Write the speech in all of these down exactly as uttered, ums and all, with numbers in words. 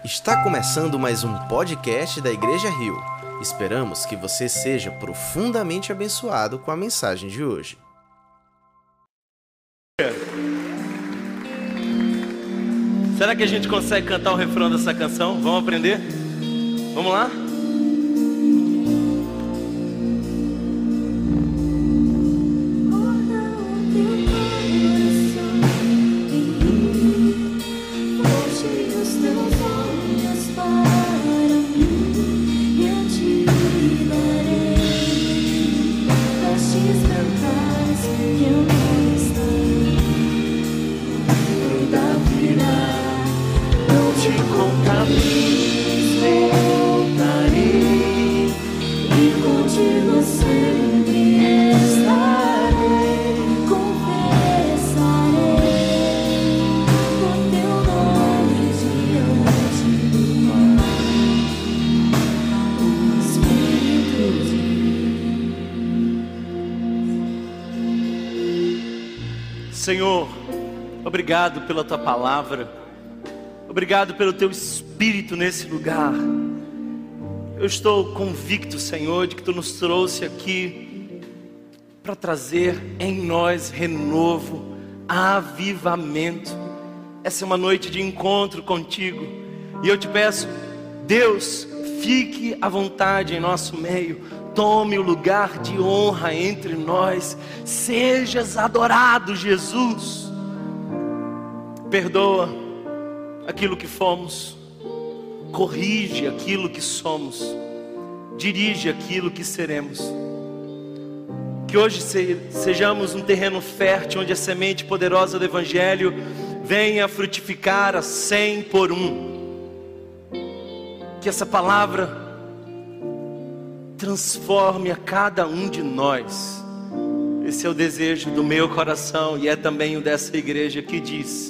Está começando mais um podcast da Igreja Rio. Esperamos que você seja profundamente abençoado com a mensagem de hoje. Será que a gente consegue cantar o refrão dessa canção? Vamos aprender? Vamos lá? Senhor, obrigado pela Tua palavra, obrigado pelo Teu Espírito nesse lugar. Eu estou convicto, Senhor, de que Tu nos trouxe aqui para trazer em nós renovo, avivamento. Essa é uma noite de encontro contigo, e eu te peço, Deus, fique à vontade em nosso meio. Tome o lugar de honra entre nós. Sejas adorado, Jesus. Perdoa aquilo que fomos. Corrige aquilo que somos. Dirige aquilo que seremos. Que hoje sejamos um terreno fértil, onde a semente poderosa do Evangelho venha frutificar a cem por um. Que essa palavra transforme a cada um de nós. Esse é o desejo do meu coração, e é também o dessa igreja que diz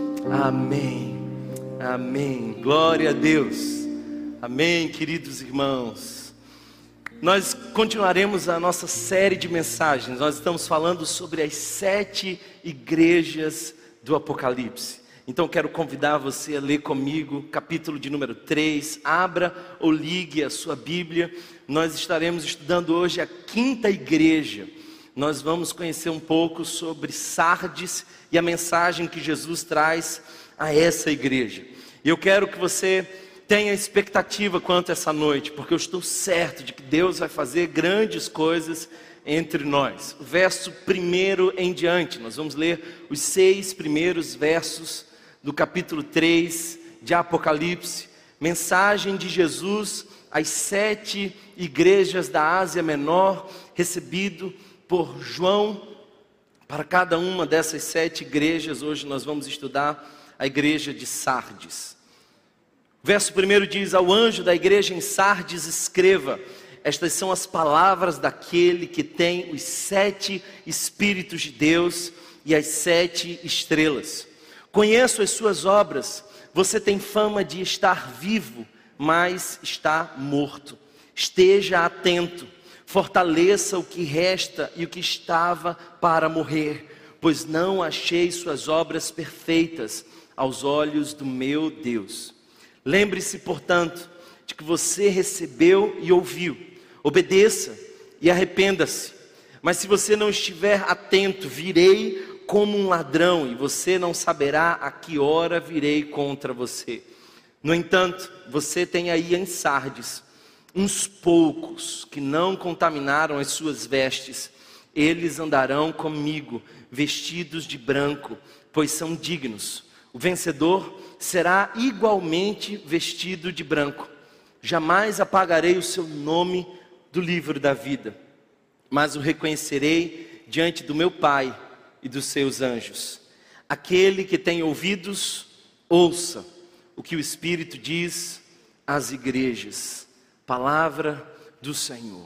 amém, amém, glória a Deus, amém. Queridos irmãos, nós continuaremos a nossa série de mensagens. Nós estamos falando sobre as sete igrejas do Apocalipse. Então quero convidar você a ler comigo capítulo de número três. Abra ou ligue a sua Bíblia. Nós estaremos estudando hoje a quinta igreja. Nós vamos conhecer um pouco sobre Sardes e a mensagem que Jesus traz a essa igreja. E eu quero que você tenha expectativa quanto a essa noite, porque eu estou certo de que Deus vai fazer grandes coisas entre nós. O verso primeiro em diante, nós vamos ler os seis primeiros versos do capítulo três de Apocalipse. Mensagem de Jesus às sete igrejas da Ásia Menor, recebido por João. Para cada uma dessas sete igrejas, hoje nós vamos estudar a igreja de Sardes. O verso primeiro diz: ao anjo da igreja em Sardes escreva: estas são as palavras daquele que tem os sete Espíritos de Deus e as sete estrelas. Conheço as suas obras, você tem fama de estar vivo, mas está morto. Esteja atento, fortaleça o que resta e o que estava para morrer, pois não achei suas obras perfeitas aos olhos do meu Deus. Lembre-se, portanto, de que você recebeu e ouviu. Obedeça e arrependa-se. Mas se você não estiver atento, virei como um ladrão, e você não saberá a que hora virei contra você. No entanto, você tem aí em Sardes uns poucos que não contaminaram as suas vestes. Eles andarão comigo vestidos de branco, pois são dignos. O vencedor será igualmente vestido de branco. Jamais apagarei o seu nome do livro da vida, mas o reconhecerei diante do meu Pai e dos seus anjos. Aquele que tem ouvidos, ouça o que o Espírito diz às igrejas. Palavra do Senhor.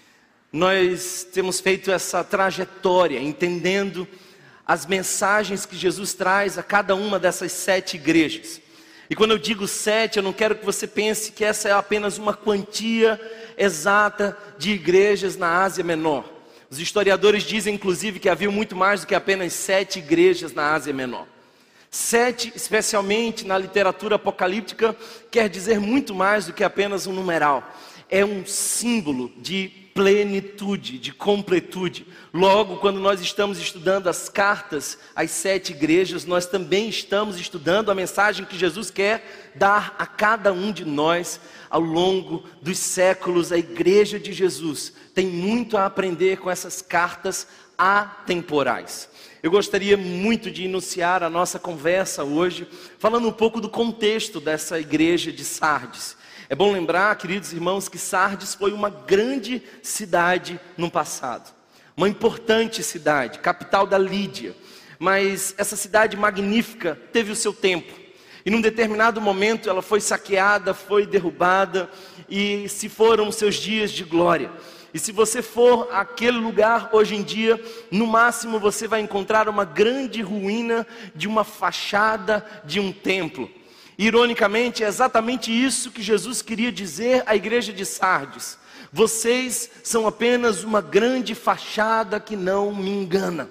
Nós temos feito essa trajetória, entendendo as mensagens que Jesus traz a cada uma dessas sete igrejas. E quando eu digo sete, eu não quero que você pense que essa é apenas uma quantia exata de igrejas na Ásia Menor. Os historiadores dizem, inclusive, que havia muito mais do que apenas sete igrejas na Ásia Menor. Sete, especialmente na literatura apocalíptica, quer dizer muito mais do que apenas um numeral. É um símbolo de plenitude, de completude. Logo, quando nós estamos estudando as cartas às sete igrejas, nós também estamos estudando a mensagem que Jesus quer dar a cada um de nós ao longo dos séculos. A igreja de Jesus tem muito a aprender com essas cartas atemporais. Eu gostaria muito de iniciar a nossa conversa hoje falando um pouco do contexto dessa igreja de Sardes. É bom lembrar, queridos irmãos, que Sardes foi uma grande cidade no passado. Uma importante cidade, capital da Lídia. Mas essa cidade magnífica teve o seu tempo. E num determinado momento ela foi saqueada, foi derrubada e se foram os seus dias de glória. E se você for àquele lugar hoje em dia, no máximo você vai encontrar uma grande ruína de uma fachada de um templo. Ironicamente, é exatamente isso que Jesus queria dizer à igreja de Sardes. Vocês são apenas uma grande fachada que não me engana.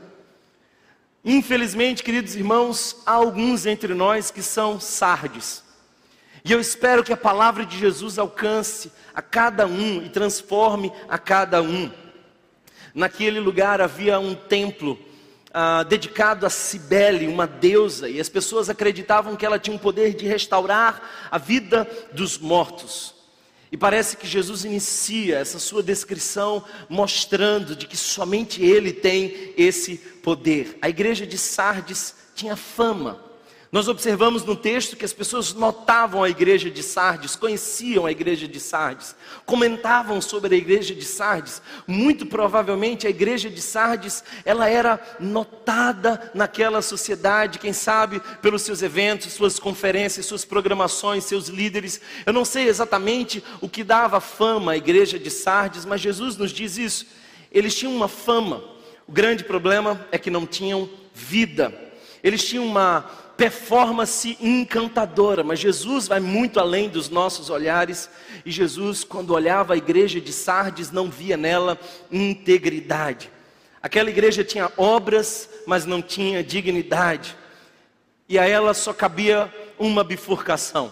Infelizmente, queridos irmãos, há alguns entre nós que são Sardes. E eu espero que a palavra de Jesus alcance a cada um e transforme a cada um. Naquele lugar havia um templo ah, dedicado a Cibele, uma deusa, e as pessoas acreditavam que ela tinha o poder de restaurar a vida dos mortos. E parece que Jesus inicia essa sua descrição mostrando de que somente Ele tem esse poder. A igreja de Sardes tinha fama. Nós observamos no texto que as pessoas notavam a igreja de Sardes, conheciam a igreja de Sardes, comentavam sobre a igreja de Sardes. Muito provavelmente a igreja de Sardes, ela era notada naquela sociedade, quem sabe pelos seus eventos, suas conferências, suas programações, seus líderes. Eu não sei exatamente o que dava fama à igreja de Sardes, mas Jesus nos diz isso. Eles tinham uma fama. O grande problema é que não tinham vida. Eles tinham uma performance encantadora, mas Jesus vai muito além dos nossos olhares. E Jesus, quando olhava a igreja de Sardes, não via nela integridade. Aquela igreja tinha obras, mas não tinha dignidade. E a ela só cabia uma bifurcação.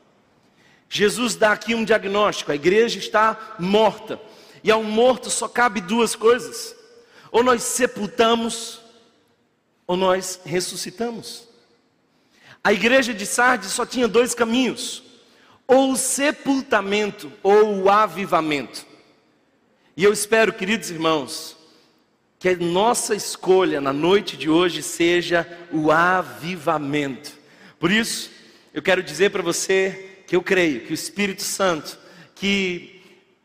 Jesus dá aqui um diagnóstico: a igreja está morta. E ao morto só cabe duas coisas: ou nós sepultamos, ou nós ressuscitamos. A igreja de Sardes só tinha dois caminhos: ou o sepultamento, ou o avivamento. E eu espero, queridos irmãos, que a nossa escolha na noite de hoje seja o avivamento. Por isso, eu quero dizer para você que eu creio que o Espírito Santo, que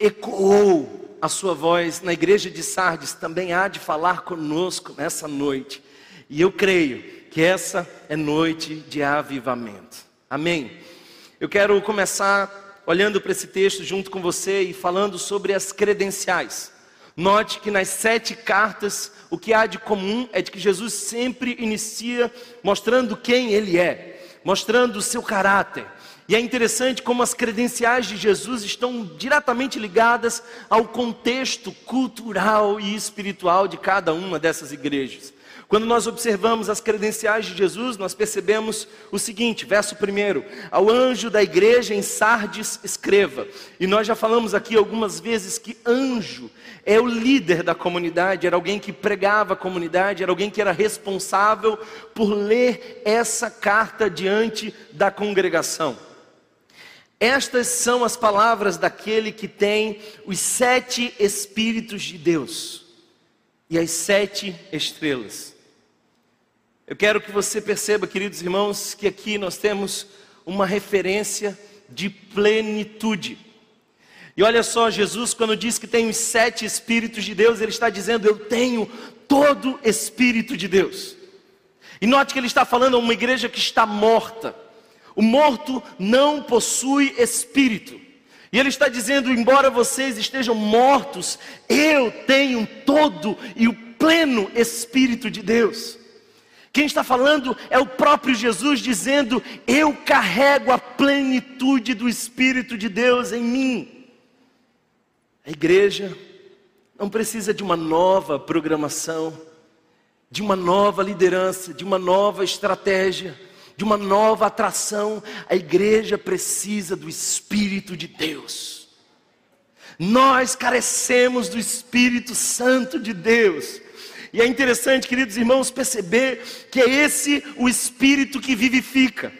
ecoou a sua voz na igreja de Sardes, também há de falar conosco nessa noite. E eu creio que essa é noite de avivamento. Amém? Eu quero começar olhando para esse texto junto com você e falando sobre as credenciais. Note que nas sete cartas, o que há de comum é de que Jesus sempre inicia mostrando quem Ele é, mostrando o seu caráter. E é interessante como as credenciais de Jesus estão diretamente ligadas ao contexto cultural e espiritual de cada uma dessas igrejas. Quando nós observamos as credenciais de Jesus, nós percebemos o seguinte, verso primeiro: ao anjo da igreja em Sardes escreva. E nós já falamos aqui algumas vezes que anjo é o líder da comunidade, era alguém que pregava a comunidade, era alguém que era responsável por ler essa carta diante da congregação. Estas são as palavras daquele que tem os sete Espíritos de Deus e as sete estrelas. Eu quero que você perceba, queridos irmãos, que aqui nós temos uma referência de plenitude. E olha só, Jesus, quando diz que tem os sete Espíritos de Deus, Ele está dizendo: eu tenho todo Espírito de Deus. E note que Ele está falando a uma igreja que está morta. O morto não possui espírito. E Ele está dizendo: embora vocês estejam mortos, eu tenho todo e o pleno Espírito de Deus. Quem está falando é o próprio Jesus dizendo: eu carrego a plenitude do Espírito de Deus em mim. A igreja não precisa de uma nova programação, de uma nova liderança, de uma nova estratégia. de uma nova atração, a igreja precisa do Espírito de Deus. Nós carecemos do Espírito Santo de Deus. E é interessante, queridos irmãos, perceber que é esse o Espírito que vivifica.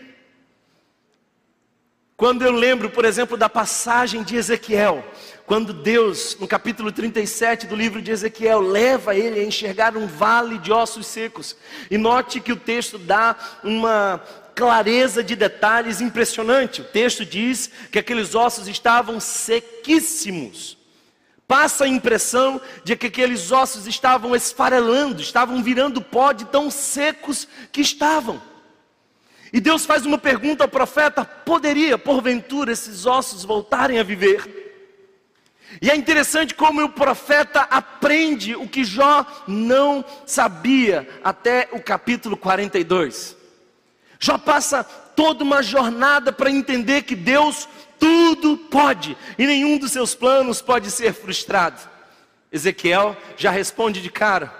Quando eu lembro, por exemplo, da passagem de Ezequiel, quando Deus, no capítulo trinta e sete do livro de Ezequiel, leva ele a enxergar um vale de ossos secos. E note que o texto dá uma clareza de detalhes impressionante. O texto diz que aqueles ossos estavam sequíssimos. Passa a impressão de que aqueles ossos estavam esfarelando, estavam virando pó de tão secos que estavam. E Deus faz uma pergunta ao profeta: poderia, porventura, esses ossos voltarem a viver? E é interessante como o profeta aprende o que Jó não sabia até o capítulo quarenta e dois. Jó passa toda uma jornada para entender que Deus tudo pode, e nenhum dos seus planos pode ser frustrado. Ezequiel já responde de cara: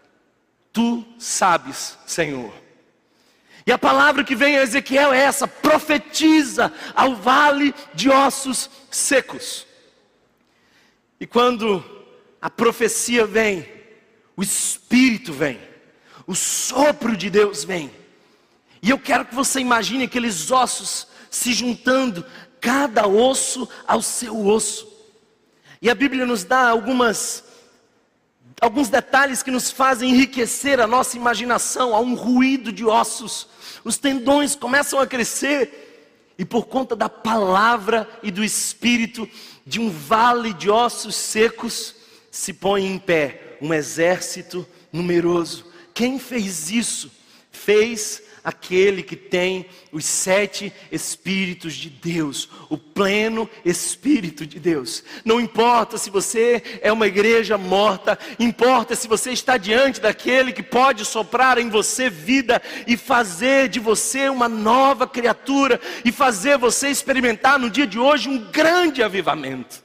tu sabes, Senhor. E a palavra que vem a Ezequiel é essa: profetiza ao vale de ossos secos. E quando a profecia vem, o Espírito vem, o sopro de Deus vem. E eu quero que você imagine aqueles ossos se juntando, cada osso ao seu osso. E a Bíblia nos dá algumas, alguns detalhes que nos fazem enriquecer a nossa imaginação. Há um ruído de ossos, os tendões começam a crescer, e por conta da palavra e do Espírito, de um vale de ossos secos, se põe em pé um exército numeroso. Quem fez isso? Fez aquele que tem os sete Espíritos de Deus, o pleno Espírito de Deus. Não importa se você é uma igreja morta, importa se você está diante daquele que pode soprar em você vida e fazer de você uma nova criatura, e fazer você experimentar no dia de hoje um grande avivamento.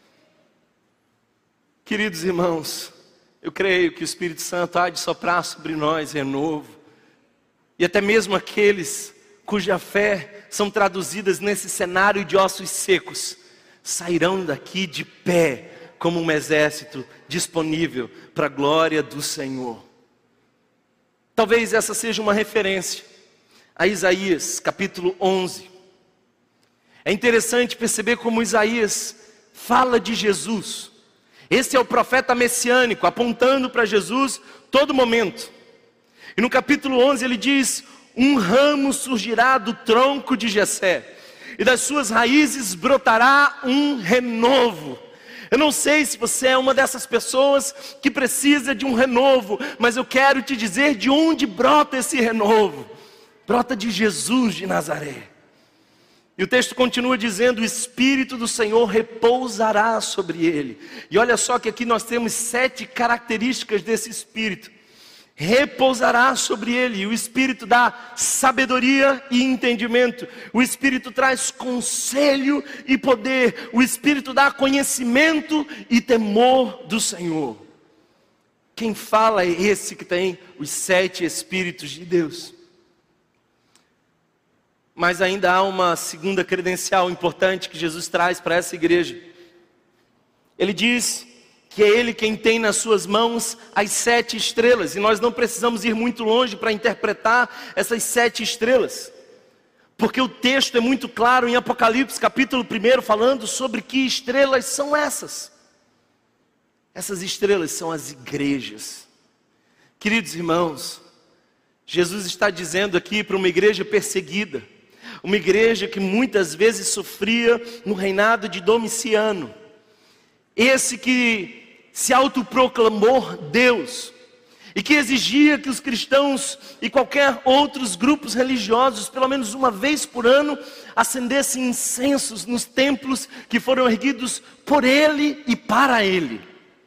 Queridos irmãos, eu creio que o Espírito Santo há de soprar sobre nós renovo. E até mesmo aqueles cuja fé são traduzidas nesse cenário de ossos secos, sairão daqui de pé como um exército disponível para a glória do Senhor. Talvez essa seja uma referência a Isaías capítulo onze. É interessante perceber como Isaías fala de Jesus. Esse é o profeta messiânico, apontando para Jesus todo momento. E no capítulo onze ele diz: um ramo surgirá do tronco de Jessé, e das suas raízes brotará um renovo. Eu não sei se você é uma dessas pessoas que precisa de um renovo, mas eu quero te dizer de onde brota esse renovo. Brota de Jesus de Nazaré. E o texto continua dizendo: o Espírito do Senhor repousará sobre ele. E olha só que aqui nós temos sete características desse Espírito. Repousará sobre ele. O Espírito dá sabedoria e entendimento. O Espírito traz conselho e poder. O Espírito dá conhecimento e temor do Senhor. Quem fala é esse que tem os sete Espíritos de Deus. Mas ainda há uma segunda credencial importante que Jesus traz para essa igreja. Ele diz que é Ele quem tem nas suas mãos as sete estrelas. E nós não precisamos ir muito longe para interpretar essas sete estrelas. Porque o texto é muito claro em Apocalipse capítulo um, falando sobre que estrelas são essas. Essas estrelas são as igrejas. Queridos irmãos, Jesus está dizendo aqui para uma igreja perseguida, uma igreja que muitas vezes sofria no reinado de Domiciano. Esse que se autoproclamou Deus e que exigia que os cristãos e qualquer outros grupos religiosos, pelo menos uma vez por ano, acendessem incensos nos templos que foram erguidos por ele e para ele.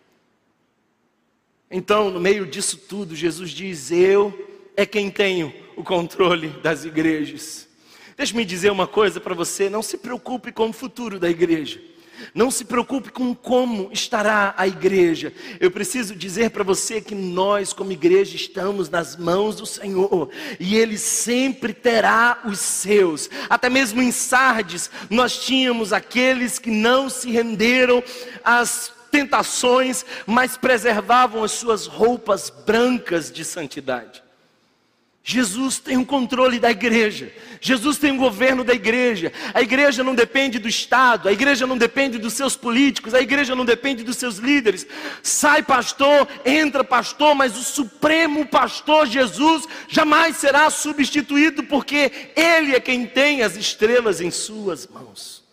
Então, no meio disso tudo, Jesus diz: eu é quem tenho o controle das igrejas. Deixe-me dizer uma coisa para você: não se preocupe com o futuro da igreja. Não se preocupe com como estará a igreja. Eu preciso dizer para você que nós, como igreja, estamos nas mãos do Senhor. E Ele sempre terá os seus. Até mesmo em Sardes, nós tínhamos aqueles que não se renderam às tentações, mas preservavam as suas roupas brancas de santidade. Jesus tem o controle da igreja. Jesus tem o governo da igreja. A igreja não depende do Estado. A igreja não depende dos seus políticos. A igreja não depende dos seus líderes. Sai pastor, entra pastor, mas o supremo pastor Jesus jamais será substituído, porque Ele é quem tem as estrelas em suas mãos.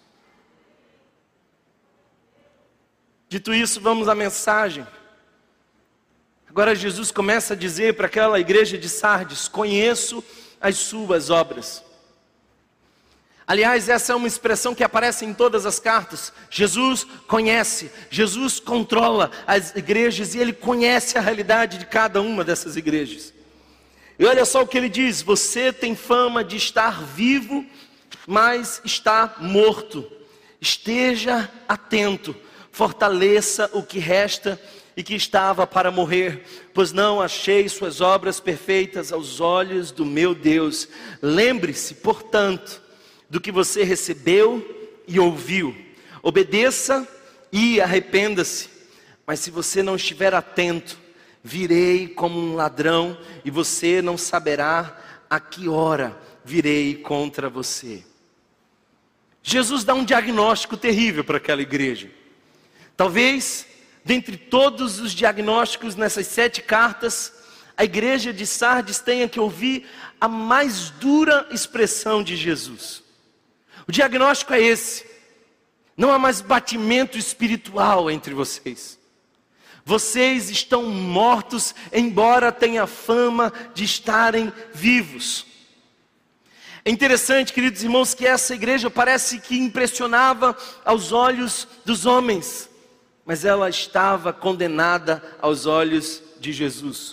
Dito isso, vamos à mensagem. Agora Jesus começa a dizer para aquela igreja de Sardes: conheço as suas obras. Aliás, essa é uma expressão que aparece em todas as cartas. Jesus conhece, Jesus controla as igrejas e Ele conhece a realidade de cada uma dessas igrejas. E olha só o que Ele diz: você tem fama de estar vivo, mas está morto. Esteja atento, fortaleça o que resta e que estava para morrer, pois não achei suas obras perfeitas aos olhos do meu Deus. Lembre-se, portanto, do que você recebeu e ouviu. Obedeça e arrependa-se. Mas se você não estiver atento, virei como um ladrão e você não saberá a que hora virei contra você. Jesus dá um diagnóstico terrível para aquela igreja. Talvez, dentre todos os diagnósticos nessas sete cartas, a igreja de Sardes tenha que ouvir a mais dura expressão de Jesus. O diagnóstico é esse: não há mais batimento espiritual entre vocês. Vocês estão mortos, embora tenham fama de estarem vivos. É interessante, queridos irmãos, que essa igreja parece que impressionava aos olhos dos homens, mas ela estava condenada aos olhos de Jesus.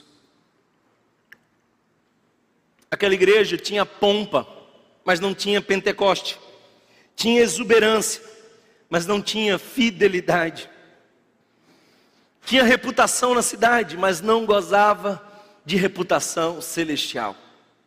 Aquela igreja tinha pompa, mas não tinha Pentecoste. Tinha exuberância, mas não tinha fidelidade. Tinha reputação na cidade, mas não gozava de reputação celestial.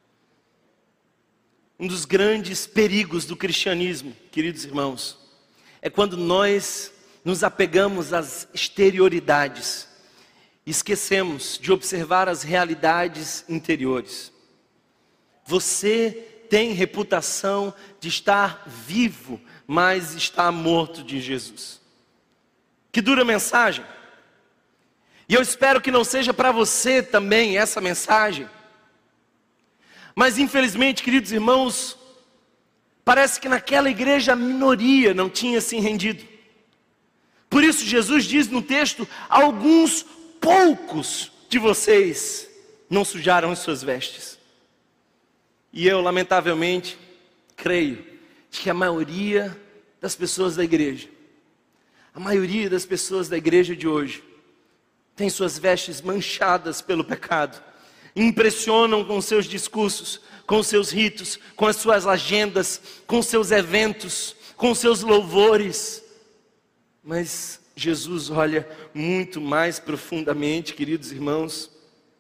Um dos grandes perigos do cristianismo, queridos irmãos, é quando nós nos apegamos às exterioridades, esquecemos de observar as realidades interiores. Você tem reputação de estar vivo, mas está morto de Jesus. Que dura mensagem. E eu espero que não seja para você também essa mensagem. Mas infelizmente, queridos irmãos, parece que naquela igreja a minoria não tinha se rendido. Por isso Jesus diz no texto: alguns poucos de vocês não sujaram as suas vestes. E eu, lamentavelmente, creio de que a maioria das pessoas da igreja, a maioria das pessoas da igreja de hoje, tem suas vestes manchadas pelo pecado, impressionam com seus discursos, com seus ritos, com as suas agendas, com seus eventos, com seus louvores. Mas Jesus olha muito mais profundamente, queridos irmãos.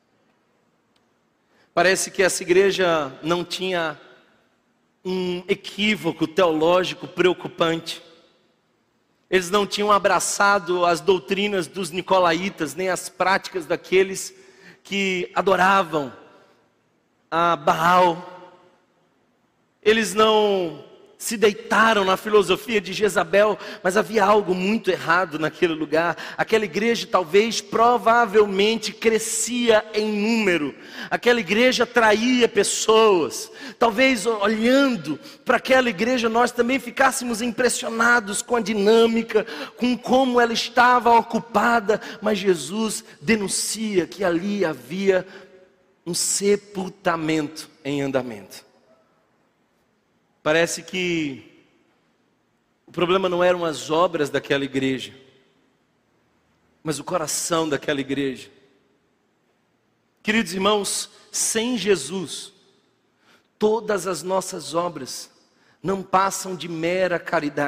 Parece que essa igreja não tinha um equívoco teológico preocupante. Eles não tinham abraçado as doutrinas dos nicolaítas, nem as práticas daqueles que adoravam a Baal. Eles não se deitaram na filosofia de Jezabel, mas havia algo muito errado naquele lugar. Aquela igreja talvez, provavelmente, crescia em número. Aquela igreja atraía pessoas. Talvez olhando para aquela igreja nós também ficássemos impressionados com a dinâmica, com como ela estava ocupada. Mas Jesus denuncia que ali havia um sepultamento em andamento. Parece que o problema não eram as obras daquela igreja, mas o coração daquela igreja. Queridos irmãos, sem Jesus, todas as nossas obras não passam de mera caridade,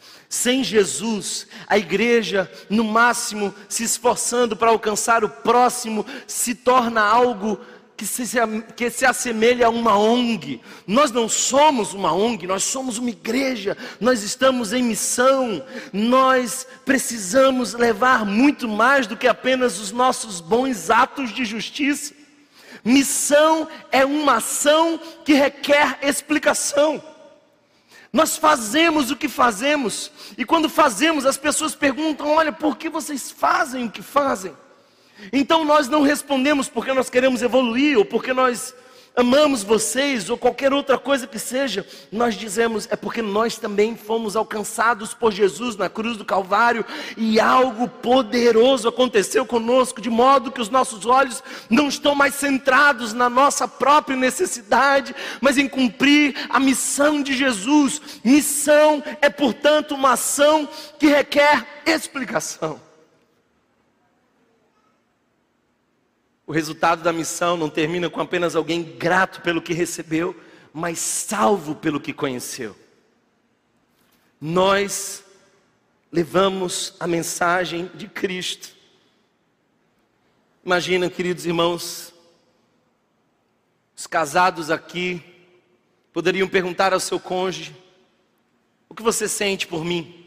Sem Jesus, a igreja, no máximo, se esforçando para alcançar o próximo, se torna algo que se, que se assemelha a uma O N G. Nós não somos uma O N G, nós somos uma igreja, nós estamos em missão, nós precisamos levar muito mais do que apenas os nossos bons atos de justiça. Missão é uma ação que requer explicação. Nós fazemos o que fazemos, e quando fazemos, as pessoas perguntam: olha, por que vocês fazem o que fazem? Então nós não respondemos porque nós queremos evoluir, ou porque nós amamos vocês, ou qualquer outra coisa que seja. Nós dizemos: é porque nós também fomos alcançados por Jesus na cruz do Calvário, e algo poderoso aconteceu conosco, de modo que os nossos olhos não estão mais centrados na nossa própria necessidade, mas em cumprir a missão de Jesus. Missão é, portanto, uma ação que requer explicação. O resultado da missão não termina com apenas alguém grato pelo que recebeu, mas salvo pelo que conheceu. Nós levamos a mensagem de Cristo. Imagina, queridos irmãos, os casados aqui poderiam perguntar ao seu cônjuge: o que você sente por mim?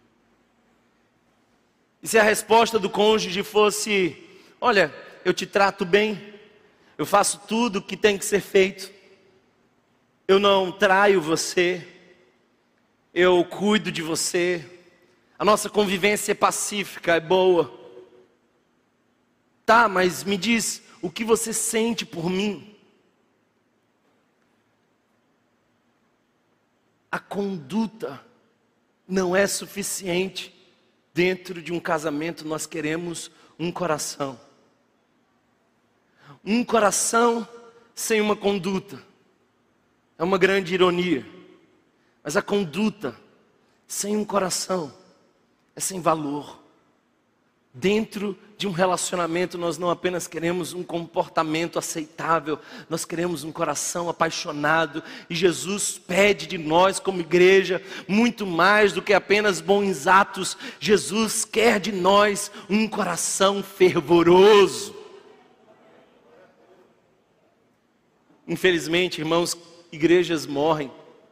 E se a resposta do cônjuge fosse: olha, eu te trato bem, eu faço tudo o que tem que ser feito, eu não traio você, eu cuido de você, a nossa convivência é pacífica, é boa. Tá, mas me diz, o que você sente por mim? A conduta não é suficiente. Dentro de um casamento nós queremos um coração. Um coração sem uma conduta é uma grande ironia. Mas a conduta sem um coração é sem valor. Dentro de um relacionamento nós não apenas queremos um comportamento aceitável, nós queremos um coração apaixonado. E Jesus pede de nós como igreja muito mais do que apenas bons atos. Jesus quer de nós um coração fervoroso. Infelizmente, irmãos, igrejas morrem.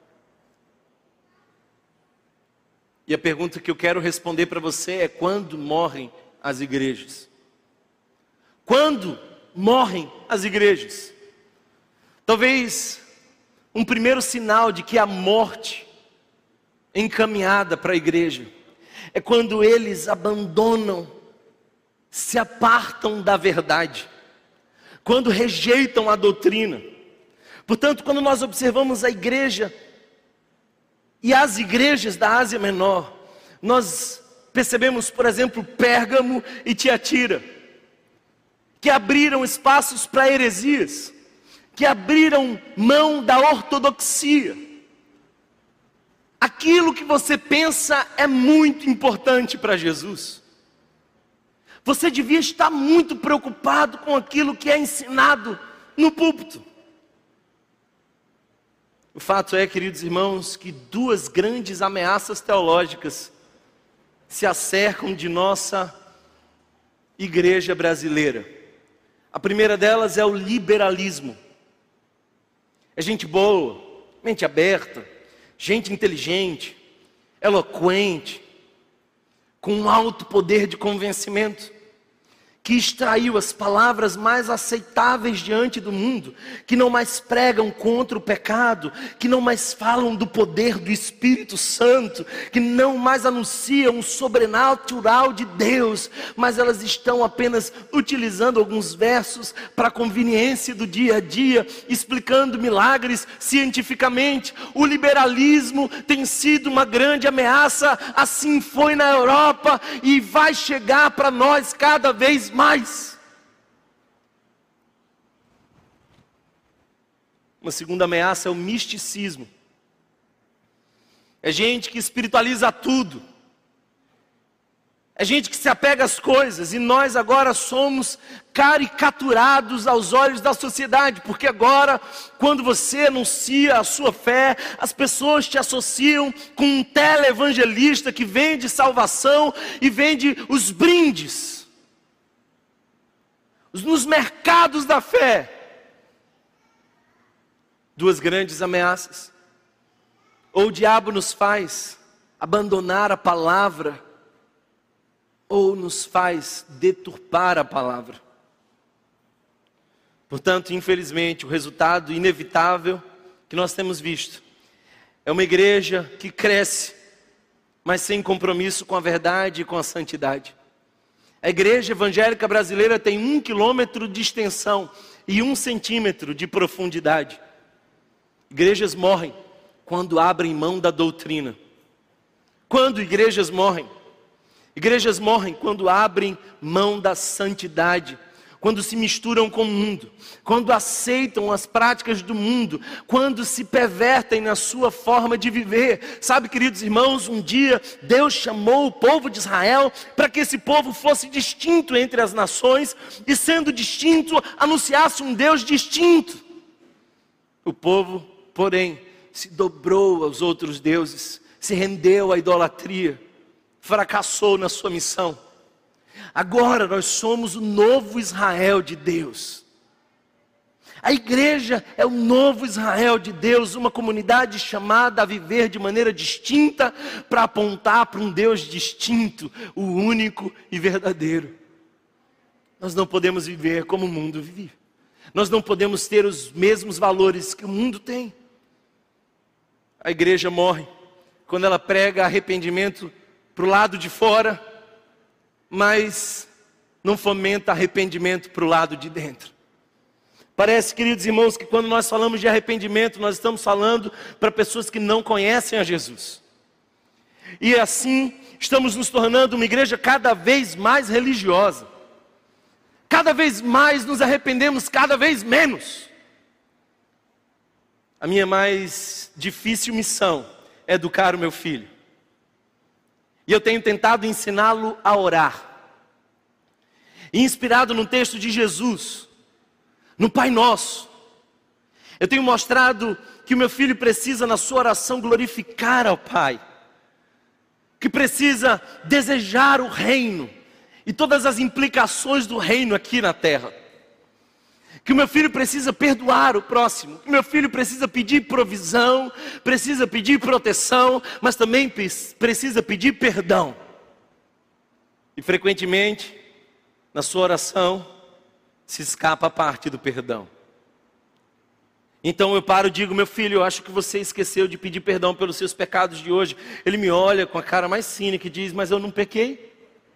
E a pergunta que eu quero responder para você é: quando morrem as igrejas? Quando morrem as igrejas? Talvez um primeiro sinal de que a morte é encaminhada para a igreja é quando eles abandonam, se apartam da verdade, quando rejeitam a doutrina. Portanto, quando nós observamos a igreja e as igrejas da Ásia Menor, nós percebemos, por exemplo, Pérgamo e Tiatira, que abriram espaços para heresias, que abriram mão da ortodoxia. Aquilo que você pensa é muito importante para Jesus. Você devia estar muito preocupado com aquilo que é ensinado no púlpito. O fato é, queridos irmãos, que duas grandes ameaças teológicas se acercam de nossa igreja brasileira. A primeira delas é o liberalismo. É gente boa, mente aberta, gente inteligente, eloquente, com um alto poder de convencimento, que extraiu as palavras mais aceitáveis diante do mundo, que não mais pregam contra o pecado, que não mais falam do poder do Espírito Santo, que não mais anunciam o sobrenatural de Deus, mas elas estão apenas utilizando alguns versos para a conveniência do dia a dia, explicando milagres cientificamente. O liberalismo tem sido uma grande ameaça, assim foi na Europa e vai chegar para nós cada vez mais. Uma segunda ameaça é o misticismo. É gente que espiritualiza tudo, É gente que se apega às coisas, e nós agora somos caricaturados aos olhos da sociedade, porque agora, quando você anuncia a sua fé, as pessoas te associam com um televangelista que vende salvação e vende os brindes. Nos mercados da fé, duas grandes ameaças. Ou o diabo nos faz abandonar a palavra, ou nos faz deturpar a palavra. Portanto, infelizmente, o resultado inevitável que nós temos visto é uma igreja que cresce, mas sem compromisso com a verdade e com a santidade. A igreja evangélica brasileira tem um quilômetro de extensão e um centímetro de profundidade. Igrejas morrem quando abrem mão da doutrina. Quando igrejas morrem? Igrejas morrem quando abrem mão da santidade, quando se misturam com o mundo, quando aceitam as práticas do mundo, quando se pervertem na sua forma de viver. Sabe, queridos irmãos, um dia Deus chamou o povo de Israel para que esse povo fosse distinto entre as nações, e sendo distinto, anunciasse um Deus distinto. O povo, porém, se dobrou aos outros deuses, se rendeu à idolatria, fracassou na sua missão. Agora nós somos o novo Israel de Deus. A igreja é o novo Israel de Deus, uma comunidade chamada a viver de maneira distinta, para apontar para um Deus distinto, o único e verdadeiro. Nós não podemos viver como o mundo vive. Nós não podemos ter os mesmos valores que o mundo tem. A igreja morre quando ela prega arrependimento para o lado de fora, mas não fomenta arrependimento para o lado de dentro. Parece, queridos irmãos, que quando nós falamos de arrependimento, nós estamos falando para pessoas que não conhecem a Jesus. E assim, estamos nos tornando uma igreja cada vez mais religiosa. Cada vez mais nos arrependemos, cada vez menos. A minha mais difícil missão é educar o meu filho. E eu tenho tentado ensiná-lo a orar. E inspirado no texto de Jesus, no Pai Nosso, eu tenho mostrado que o meu filho precisa, na sua oração, glorificar ao Pai. Que precisa desejar o reino e todas as implicações do reino aqui na terra. Que o meu filho precisa perdoar o próximo. Que o meu filho precisa pedir provisão, precisa pedir proteção, mas também precisa pedir perdão. E frequentemente, na sua oração, se escapa a parte do perdão. Então eu paro e digo: meu filho, eu acho que você esqueceu de pedir perdão pelos seus pecados de hoje. Ele me olha com a cara mais cínica e diz: mas eu não pequei.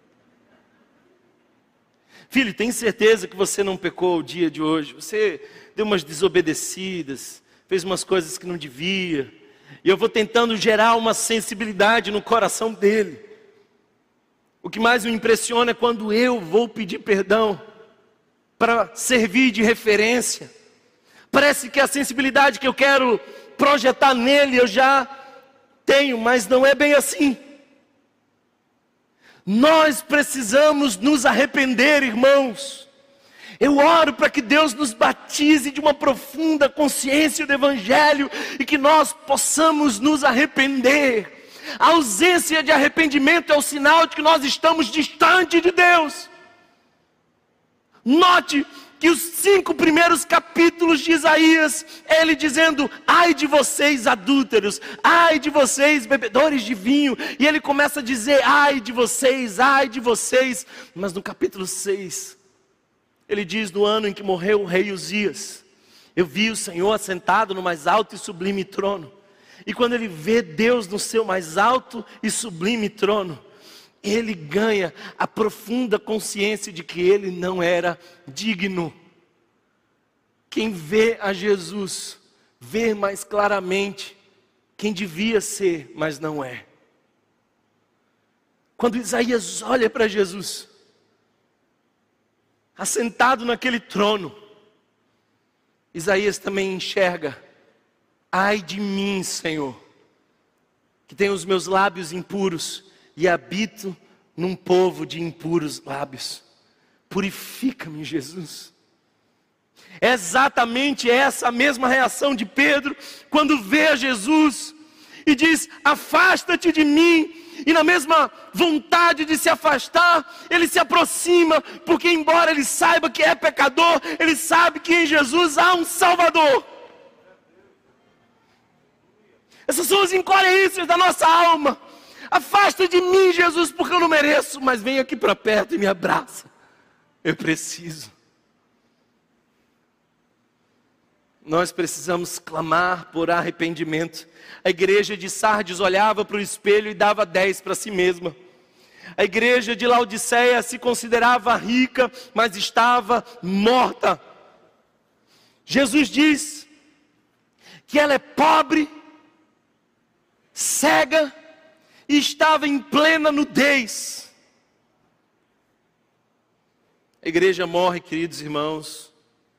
Filho, tem certeza que você não pecou o dia de hoje? Você deu umas desobedecidas, fez umas coisas que não devia. E eu vou tentando gerar uma sensibilidade no coração dele. O que mais me impressiona é quando eu vou pedir perdão para servir de referência. Parece que a sensibilidade que eu quero projetar nele eu já tenho, mas não é bem assim. Nós precisamos nos arrepender, irmãos. Eu oro para que Deus nos batize de uma profunda consciência do Evangelho e que nós possamos nos arrepender. A ausência de arrependimento é o sinal de que nós estamos distante de Deus. Note que os cinco primeiros capítulos de Isaías, ele dizendo: ai de vocês adúlteros, ai de vocês bebedores de vinho, e ele começa a dizer: ai de vocês, ai de vocês. Mas no capítulo seis, ele diz: no ano em que morreu o rei Uzias, eu vi o Senhor assentado no mais alto e sublime trono. E quando ele vê Deus no seu mais alto e sublime trono, ele ganha a profunda consciência de que ele não era digno. Quem vê a Jesus, vê mais claramente quem devia ser, mas não é. Quando Isaías olha para Jesus, assentado naquele trono, Isaías também enxerga: ai de mim, Senhor, que tenho os meus lábios impuros e habito num povo de impuros lábios. Purifica-me, Jesus. É exatamente essa a mesma reação de Pedro quando vê Jesus e diz: afasta-te de mim. E na mesma vontade de se afastar, ele se aproxima, porque embora ele saiba que é pecador, ele sabe que em Jesus há um Salvador. Essas são as incoerências da nossa alma. Afasta de mim, Jesus, porque eu não mereço, mas vem aqui para perto e me abraça. Eu preciso. Nós precisamos clamar por arrependimento. A igreja de Sardes olhava para o espelho e dava dez para si mesma. A igreja de Laodiceia se considerava rica, mas estava morta. Jesus diz que ela é pobre, cega e estava em plena nudez. A igreja morre, queridos irmãos,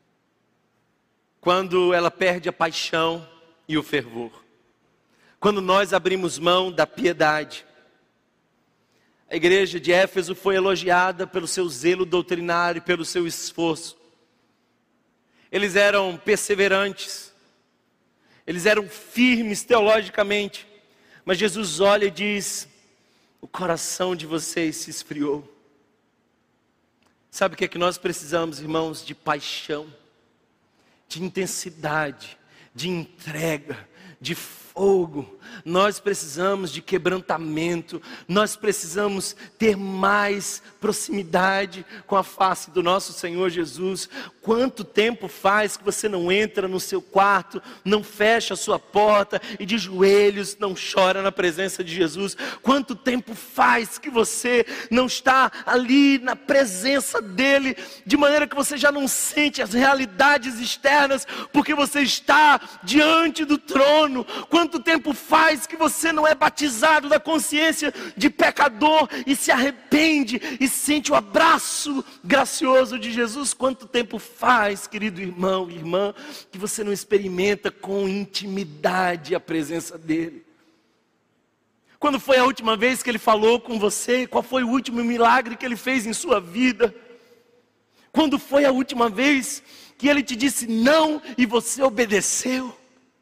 quando ela perde a paixão e o fervor. Quando nós abrimos mão da piedade. A igreja de Éfeso foi elogiada pelo seu zelo doutrinário e pelo seu esforço. Eles eram perseverantes. Eles eram firmes teologicamente. Mas Jesus olha e diz: o coração de vocês se esfriou. Sabe o que é que nós precisamos, irmãos? De paixão, de intensidade, de entrega, de fogo. Nós precisamos de quebrantamento. Nós precisamos ter mais proximidade com a face do nosso Senhor Jesus. Quanto tempo faz que você não entra no seu quarto, não fecha a sua porta e de joelhos não chora na presença de Jesus? Quanto tempo faz que você não está ali na presença dele, de maneira que você já não sente as realidades externas, porque você está diante do trono? Quanto tempo faz que você não é batizado da consciência de pecador e se arrepende e sente o abraço gracioso de Jesus? Quanto tempo faz, querido irmão e irmã, que você não experimenta com intimidade a presença dele? Quando foi a última vez que ele falou com você? Qual foi o último milagre que ele fez em sua vida? Quando foi a última vez que ele te disse não e você obedeceu?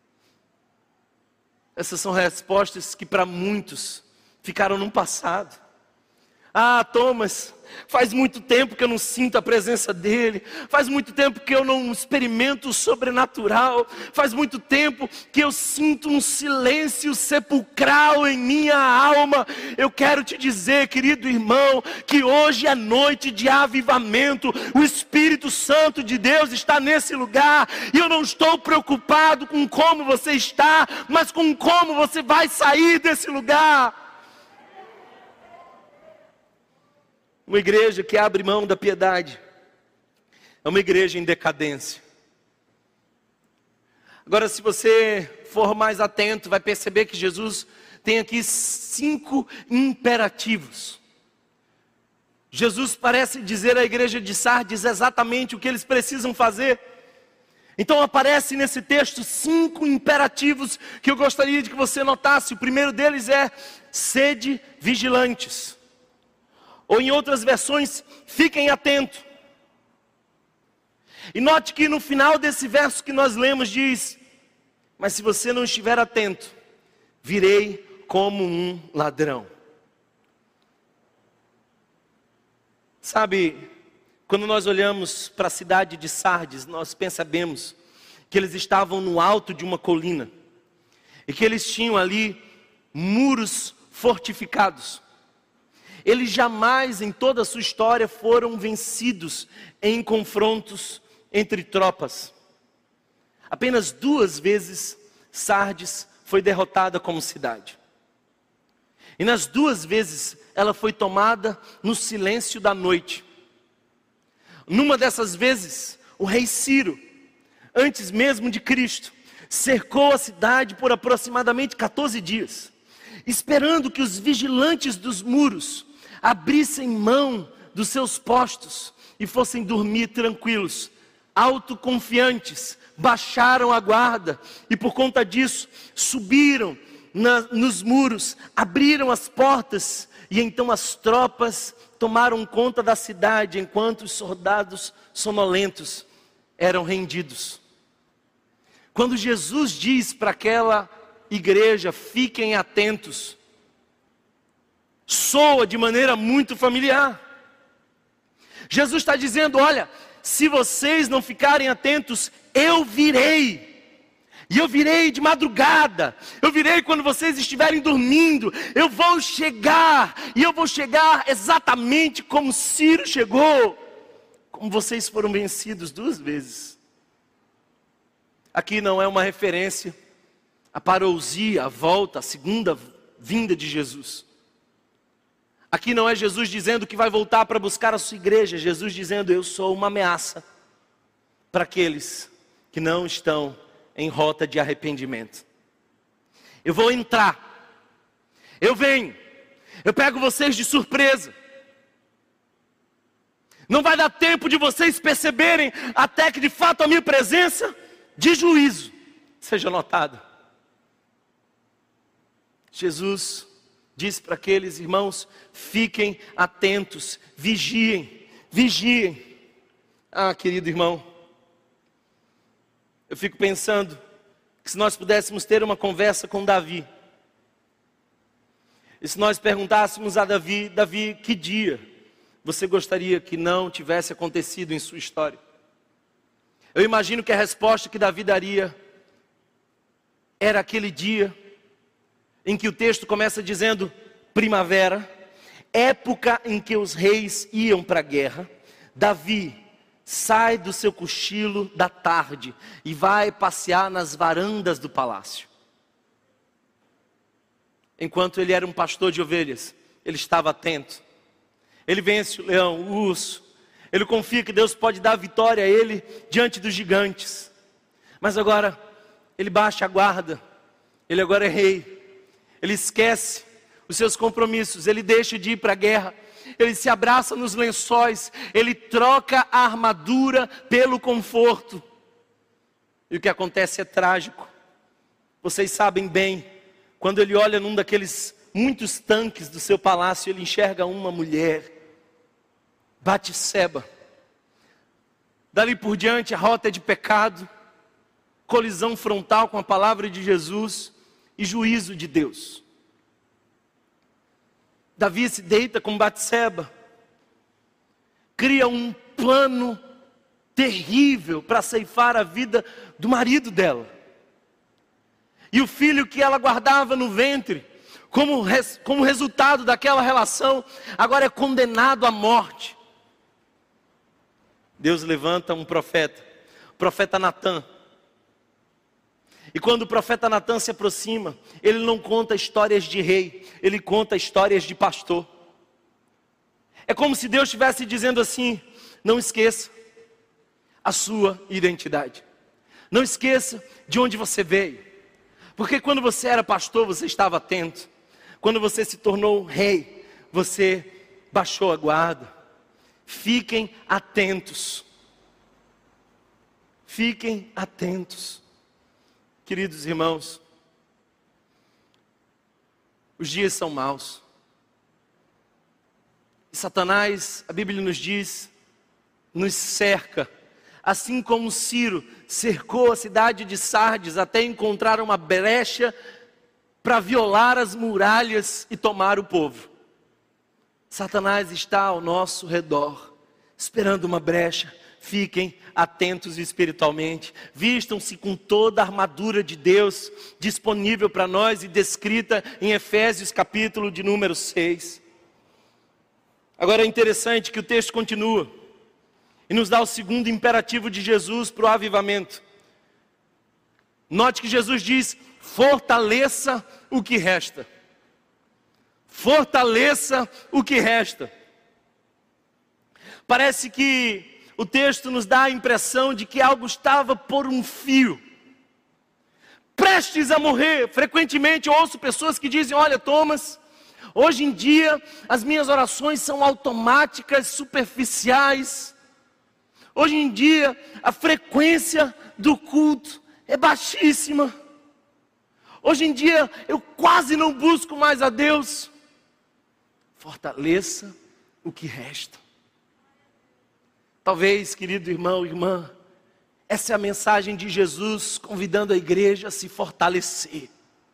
Essas são respostas que para muitos ficaram no passado. Ah, Thomas, faz muito tempo que eu não sinto a presença dele. Faz muito tempo que eu não experimento o sobrenatural. Faz muito tempo que eu sinto um silêncio sepulcral em minha alma. Eu quero te dizer, querido irmão, que hoje é noite de avivamento. O Espírito Santo de Deus está nesse lugar. E eu não estou preocupado com como você está, mas com como você vai sair desse lugar. Uma igreja que abre mão da piedade é uma igreja em decadência. Agora, se você for mais atento, vai perceber que Jesus tem aqui cinco imperativos. Jesus parece dizer à igreja de Sardes exatamente o que eles precisam fazer. Então aparece nesse texto cinco imperativos que eu gostaria de que você notasse. O primeiro deles é: sede vigilantes. Ou em outras versões, fiquem atentos. E note que no final desse verso que nós lemos diz: mas se você não estiver atento, virei como um ladrão. Sabe, quando nós olhamos para a cidade de Sardes, nós percebemos que eles estavam no alto de uma colina. E que eles tinham ali muros fortificados. Eles jamais em toda a sua história foram vencidos em confrontos entre tropas. Apenas duas vezes Sardes foi derrotada como cidade. E nas duas vezes ela foi tomada no silêncio da noite. Numa dessas vezes, o rei Ciro, antes mesmo de Cristo, cercou a cidade por aproximadamente quatorze dias, esperando que os vigilantes dos muros abrissem mão dos seus postos e fossem dormir tranquilos. Autoconfiantes, baixaram a guarda e por conta disso subiram na, nos muros, abriram as portas, e então as tropas tomaram conta da cidade, enquanto os soldados sonolentos eram rendidos. Quando Jesus diz para aquela igreja, fiquem atentos, soa de maneira muito familiar. Jesus está dizendo, olha, se vocês não ficarem atentos, eu virei. E eu virei de madrugada, eu virei quando vocês estiverem dormindo, eu vou chegar, e eu vou chegar exatamente como Ciro chegou, como vocês foram vencidos duas vezes. Aqui não é uma referência à parousia, a volta, a segunda vinda de Jesus. Aqui não é Jesus dizendo que vai voltar para buscar a sua igreja, Jesus dizendo, eu sou uma ameaça para aqueles que não estão em rota de arrependimento. Eu vou entrar, eu venho, eu pego vocês de surpresa. Não vai dar tempo de vocês perceberem até que de fato a minha presença de juízo seja notada. Jesus disse para aqueles irmãos, fiquem atentos, vigiem, vigiem. Ah, querido irmão, eu fico pensando que se nós pudéssemos ter uma conversa com Davi, e se nós perguntássemos a Davi, Davi, que dia você gostaria que não tivesse acontecido em sua história? Eu imagino que a resposta que Davi daria era aquele dia em que o texto começa dizendo primavera, época em que os reis iam para a guerra. Davi sai do seu cochilo da tarde e vai passear nas varandas do palácio. Enquanto ele era um pastor de ovelhas, ele estava atento. Ele vence o leão, o urso. Ele confia que Deus pode dar vitória a ele diante dos gigantes. Mas agora, ele baixa a guarda. Ele agora é rei. Ele esquece os seus compromissos. Ele deixa de ir para a guerra. Ele se abraça nos lençóis, ele troca a armadura pelo conforto. E o que acontece é trágico. Vocês sabem bem, quando ele olha num daqueles muitos tanques do seu palácio, ele enxerga uma mulher, Batseba. Dali por diante a rota é de pecado, colisão frontal com a palavra de Jesus e juízo de Deus. Davi se deita com Batseba, cria um plano terrível para ceifar a vida do marido dela. E o filho que ela guardava no ventre, como, res, como resultado daquela relação, agora é condenado à morte. Deus levanta um profeta, o profeta Natã. E quando o profeta Natã se aproxima, ele não conta histórias de rei, ele conta histórias de pastor. É como se Deus estivesse dizendo assim, não esqueça a sua identidade. Não esqueça de onde você veio. Porque quando você era pastor, você estava atento. Quando você se tornou rei, você baixou a guarda. Fiquem atentos. Fiquem atentos. Queridos irmãos, os dias são maus. E Satanás, a Bíblia nos diz, nos cerca. Assim como Ciro cercou a cidade de Sardes até encontrar uma brecha para violar as muralhas e tomar o povo. Satanás está ao nosso redor, esperando uma brecha. Fiquem atentos espiritualmente, vistam-se com toda a armadura de Deus disponível para nós e descrita em Efésios capítulo de número seis. Agora é interessante que o texto continua e nos dá o segundo imperativo de Jesus para o avivamento. Note que Jesus diz, fortaleça o que resta. Fortaleça o que resta. Parece que o texto nos dá a impressão de que algo estava por um fio, prestes a morrer. Frequentemente eu ouço pessoas que dizem, olha Thomas, hoje em dia as minhas orações são automáticas, superficiais. Hoje em dia a frequência do culto é baixíssima. Hoje em dia eu quase não busco mais a Deus. Fortaleça o que resta. Talvez, querido irmão e irmã, essa é a mensagem de Jesus convidando a igreja a se fortalecer.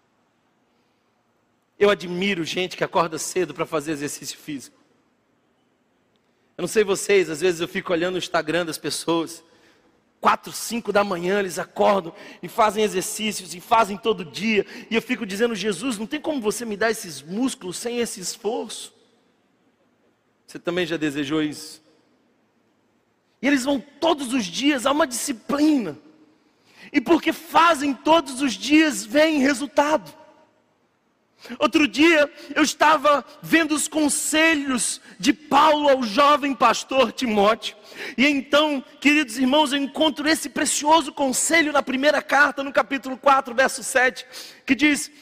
Eu admiro gente que acorda cedo para fazer exercício físico. Eu não sei vocês, às vezes eu fico olhando o Instagram das pessoas. Quatro, cinco da manhã eles acordam e fazem exercícios e fazem todo dia. E eu fico dizendo, Jesus, não tem como você me dar esses músculos sem esse esforço? Você também já desejou isso? E eles vão todos os dias, há uma disciplina. E porque fazem todos os dias, vem resultado. Outro dia eu estava vendo os conselhos de Paulo ao jovem pastor Timóteo. E então, queridos irmãos, eu encontro esse precioso conselho na primeira carta, no capítulo quatro, verso sete, que diz: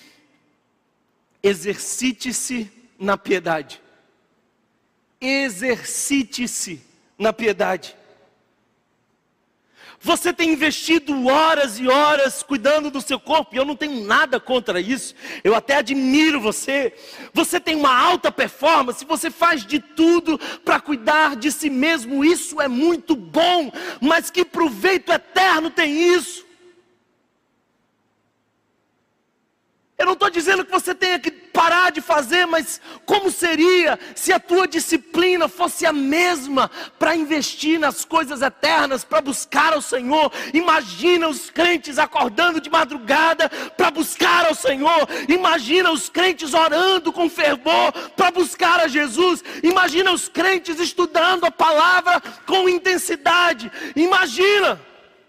exercite-se na piedade. Exercite-se na piedade. Você tem investido horas e horas cuidando do seu corpo, e eu não tenho nada contra isso, eu até admiro você. Você tem uma alta performance, você faz de tudo para cuidar de si mesmo, isso é muito bom, mas que proveito eterno tem isso? Eu não estou dizendo que você tenha que parar de fazer, mas como seria se a tua disciplina fosse a mesma para investir nas coisas eternas, para buscar ao Senhor? Imagina os crentes acordando de madrugada para buscar ao Senhor. Imagina os crentes orando com fervor para buscar a Jesus. Imagina os crentes estudando a palavra com intensidade. Imagina.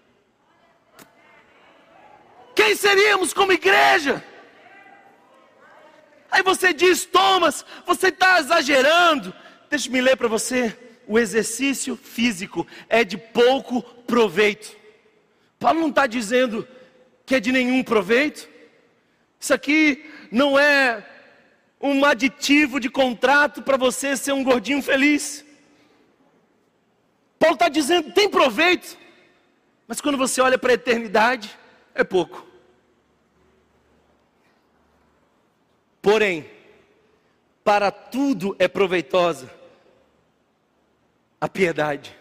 Quem seríamos como igreja? Aí você diz, Thomas, você está exagerando. Deixa-me ler para você. O exercício físico é de pouco proveito. Paulo não está dizendo que é de nenhum proveito. Isso aqui não é um aditivo de contrato para você ser um gordinho feliz. Paulo está dizendo, tem proveito. Mas quando você olha para a eternidade, é pouco. Porém, para tudo é proveitosa a piedade,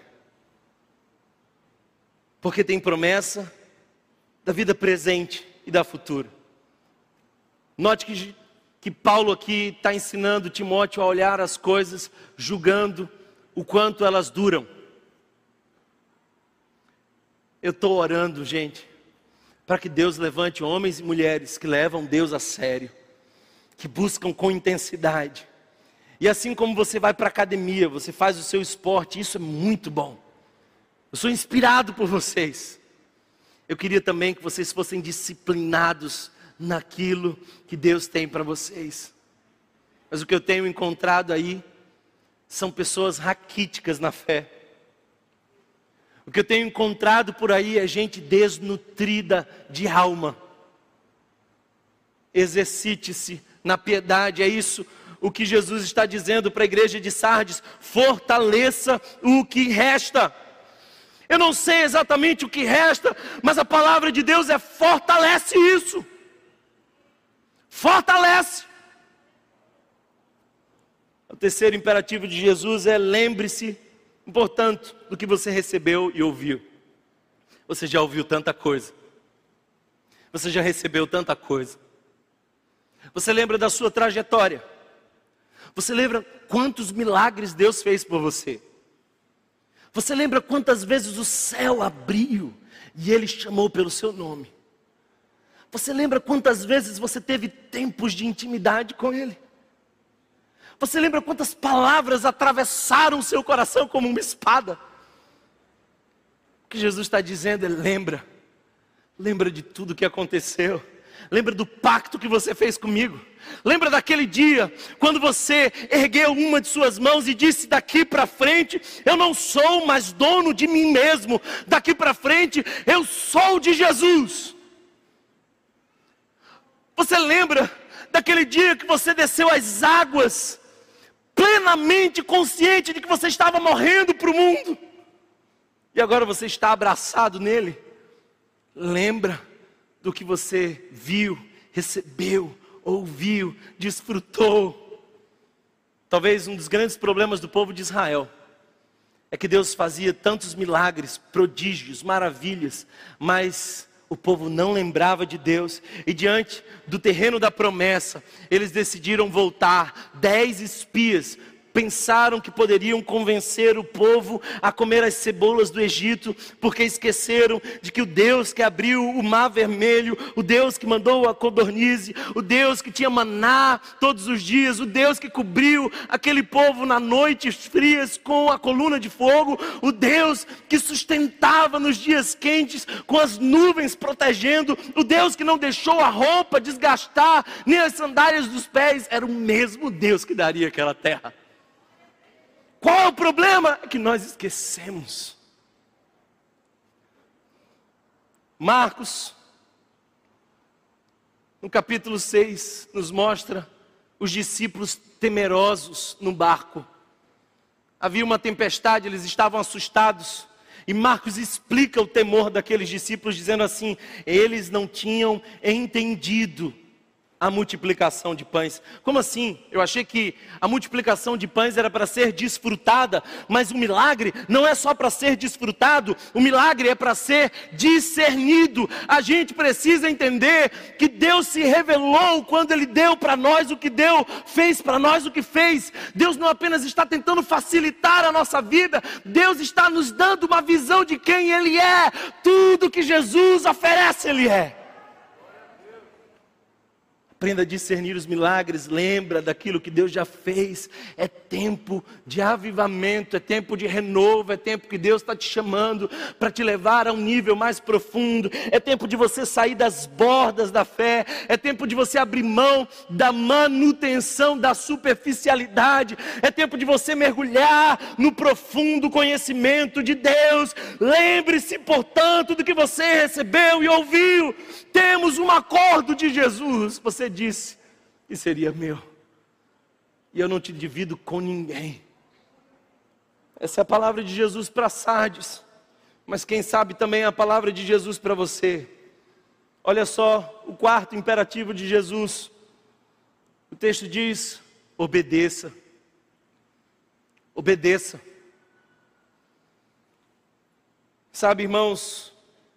porque tem promessa da vida presente e da futura. Note que, que Paulo aqui está ensinando Timóteo a olhar as coisas, julgando o quanto elas duram. Eu estou orando, gente, para que Deus levante homens e mulheres que levam Deus a sério, que buscam com intensidade. E assim como você vai para a academia, você faz o seu esporte, isso é muito bom. Eu sou inspirado por vocês. Eu queria também que vocês fossem disciplinados naquilo que Deus tem para vocês. Mas o que eu tenho encontrado aí são pessoas raquíticas na fé. O que eu tenho encontrado por aí é gente desnutrida de alma. Exercite-se na piedade, é isso o que Jesus está dizendo para a igreja de Sardes: fortaleça o que resta. Eu não sei exatamente o que resta, mas a palavra de Deus é: fortalece isso. Fortalece. O terceiro imperativo de Jesus é: lembre-se, portanto, do que você recebeu e ouviu. Você já ouviu tanta coisa, você já recebeu tanta coisa. Você lembra da sua trajetória? Você lembra quantos milagres Deus fez por você? Você lembra quantas vezes o céu abriu e Ele chamou pelo seu nome? Você lembra quantas vezes você teve tempos de intimidade com Ele? Você lembra quantas palavras atravessaram o seu coração como uma espada? O que Jesus está dizendo é: lembra, lembra de tudo que aconteceu. Lembra do pacto que você fez comigo. Lembra daquele dia, quando você ergueu uma de suas mãos e disse: daqui para frente, eu não sou mais dono de mim mesmo. Daqui para frente, eu sou de Jesus. Você lembra daquele dia que você desceu as águas, plenamente consciente de que você estava morrendo para o mundo, e agora você está abraçado nele? Lembra do que você viu, recebeu, ouviu, desfrutou. Talvez um dos grandes problemas do povo de Israel é que Deus fazia tantos milagres, prodígios, maravilhas, mas o povo não lembrava de Deus. E diante do terreno da promessa, eles decidiram voltar. Dez espias pensaram que poderiam convencer o povo a comer as cebolas do Egito, porque esqueceram de que o Deus que abriu o mar vermelho, o Deus que mandou a codornize, o Deus que tinha maná todos os dias, o Deus que cobriu aquele povo na noites frias com a coluna de fogo, o Deus que sustentava nos dias quentes com as nuvens protegendo, o Deus que não deixou a roupa desgastar, nem as sandálias dos pés, era o mesmo Deus que daria aquela terra. Qual é o problema? É que nós esquecemos. Marcos, no capítulo seis, nos mostra os discípulos temerosos no barco. Havia uma tempestade, eles estavam assustados. E Marcos explica o temor daqueles discípulos, dizendo assim: eles não tinham entendido a multiplicação de pães. Como assim? Eu achei que a multiplicação de pães era para ser desfrutada, mas o milagre não é só para ser desfrutado, o milagre é para ser discernido. A gente precisa entender que Deus se revelou quando Ele deu para nós o que deu, fez para nós o que fez. Deus não apenas está tentando facilitar a nossa vida, Deus está nos dando uma visão de quem Ele é. Tudo que Jesus oferece, Ele é. Aprenda a discernir os milagres, lembra daquilo que Deus já fez. É tempo de avivamento, é tempo de renovo, é tempo que Deus está te chamando para te levar a um nível mais profundo. É tempo de você sair das bordas da fé, é tempo de você abrir mão da manutenção da superficialidade, é tempo de você mergulhar no profundo conhecimento de Deus. Lembre-se, portanto, do que você recebeu e ouviu. Temos um acordo de Jesus. Você disse que seria meu, e eu não te divido com ninguém. Essa é a palavra de Jesus para Sardes, mas quem sabe também é a palavra de Jesus para você. Olha só o quarto imperativo de Jesus. O texto diz: obedeça. Obedeça. Sabe, irmãos,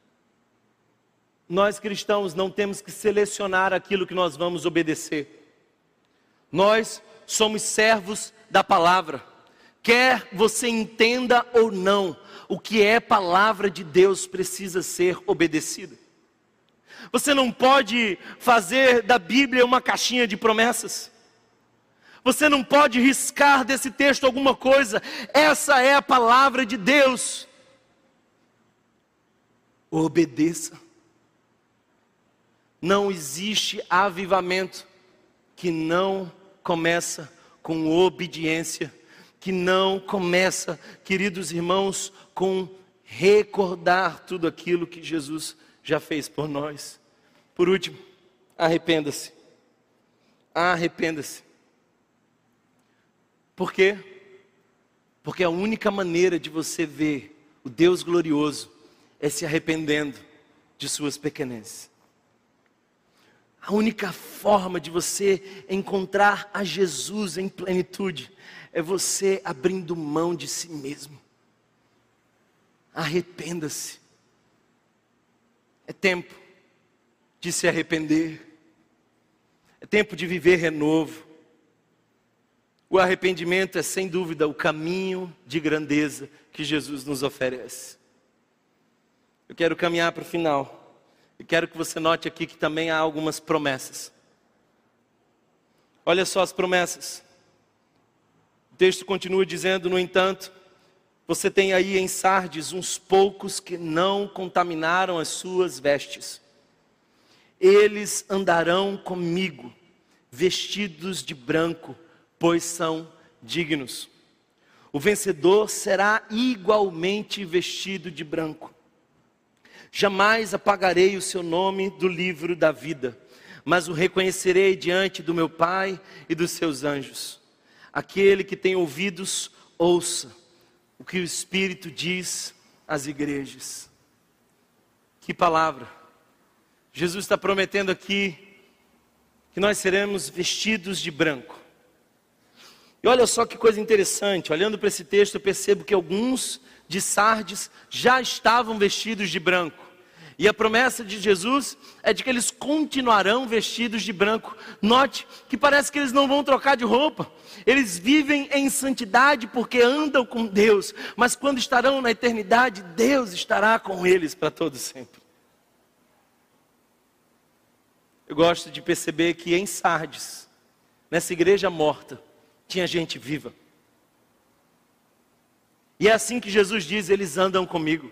nós cristãos não temos que selecionar aquilo que nós vamos obedecer. Nós somos servos da palavra. Quer você entenda ou não, o que é palavra de Deus precisa ser obedecido. Você não pode fazer da Bíblia uma caixinha de promessas. Você não pode riscar desse texto alguma coisa. Essa é a palavra de Deus. Obedeça. Não existe avivamento que não começa com obediência, que não começa, queridos irmãos, com recordar tudo aquilo que Jesus já fez por nós. Por último, arrependa-se. Arrependa-se. Por quê? Porque a única maneira de você ver o Deus glorioso é se arrependendo de suas pequenezes. A única forma de você encontrar a Jesus em plenitude é você abrindo mão de si mesmo. Arrependa-se. É tempo de se arrepender. É tempo de viver renovo. O arrependimento é sem dúvida o caminho de grandeza que Jesus nos oferece. Eu quero caminhar para o final. E quero que você note aqui que também há algumas promessas. Olha só as promessas. O texto continua dizendo: no entanto, você tem aí em Sardes uns poucos que não contaminaram as suas vestes. Eles andarão comigo, vestidos de branco, pois são dignos. O vencedor será igualmente vestido de branco. Jamais apagarei o seu nome do livro da vida, mas o reconhecerei diante do meu Pai e dos seus anjos. Aquele que tem ouvidos, ouça o que o Espírito diz às igrejas. Que palavra! Jesus está prometendo aqui que nós seremos vestidos de branco. E olha só que coisa interessante, olhando para esse texto eu percebo que alguns de Sardes já estavam vestidos de branco. E a promessa de Jesus é de que eles continuarão vestidos de branco. Note que parece que eles não vão trocar de roupa. Eles vivem em santidade porque andam com Deus. Mas quando estarão na eternidade, Deus estará com eles para todo sempre. Eu gosto de perceber que em Sardes, nessa igreja morta, tinha gente viva. E é assim que Jesus diz, eles andam comigo.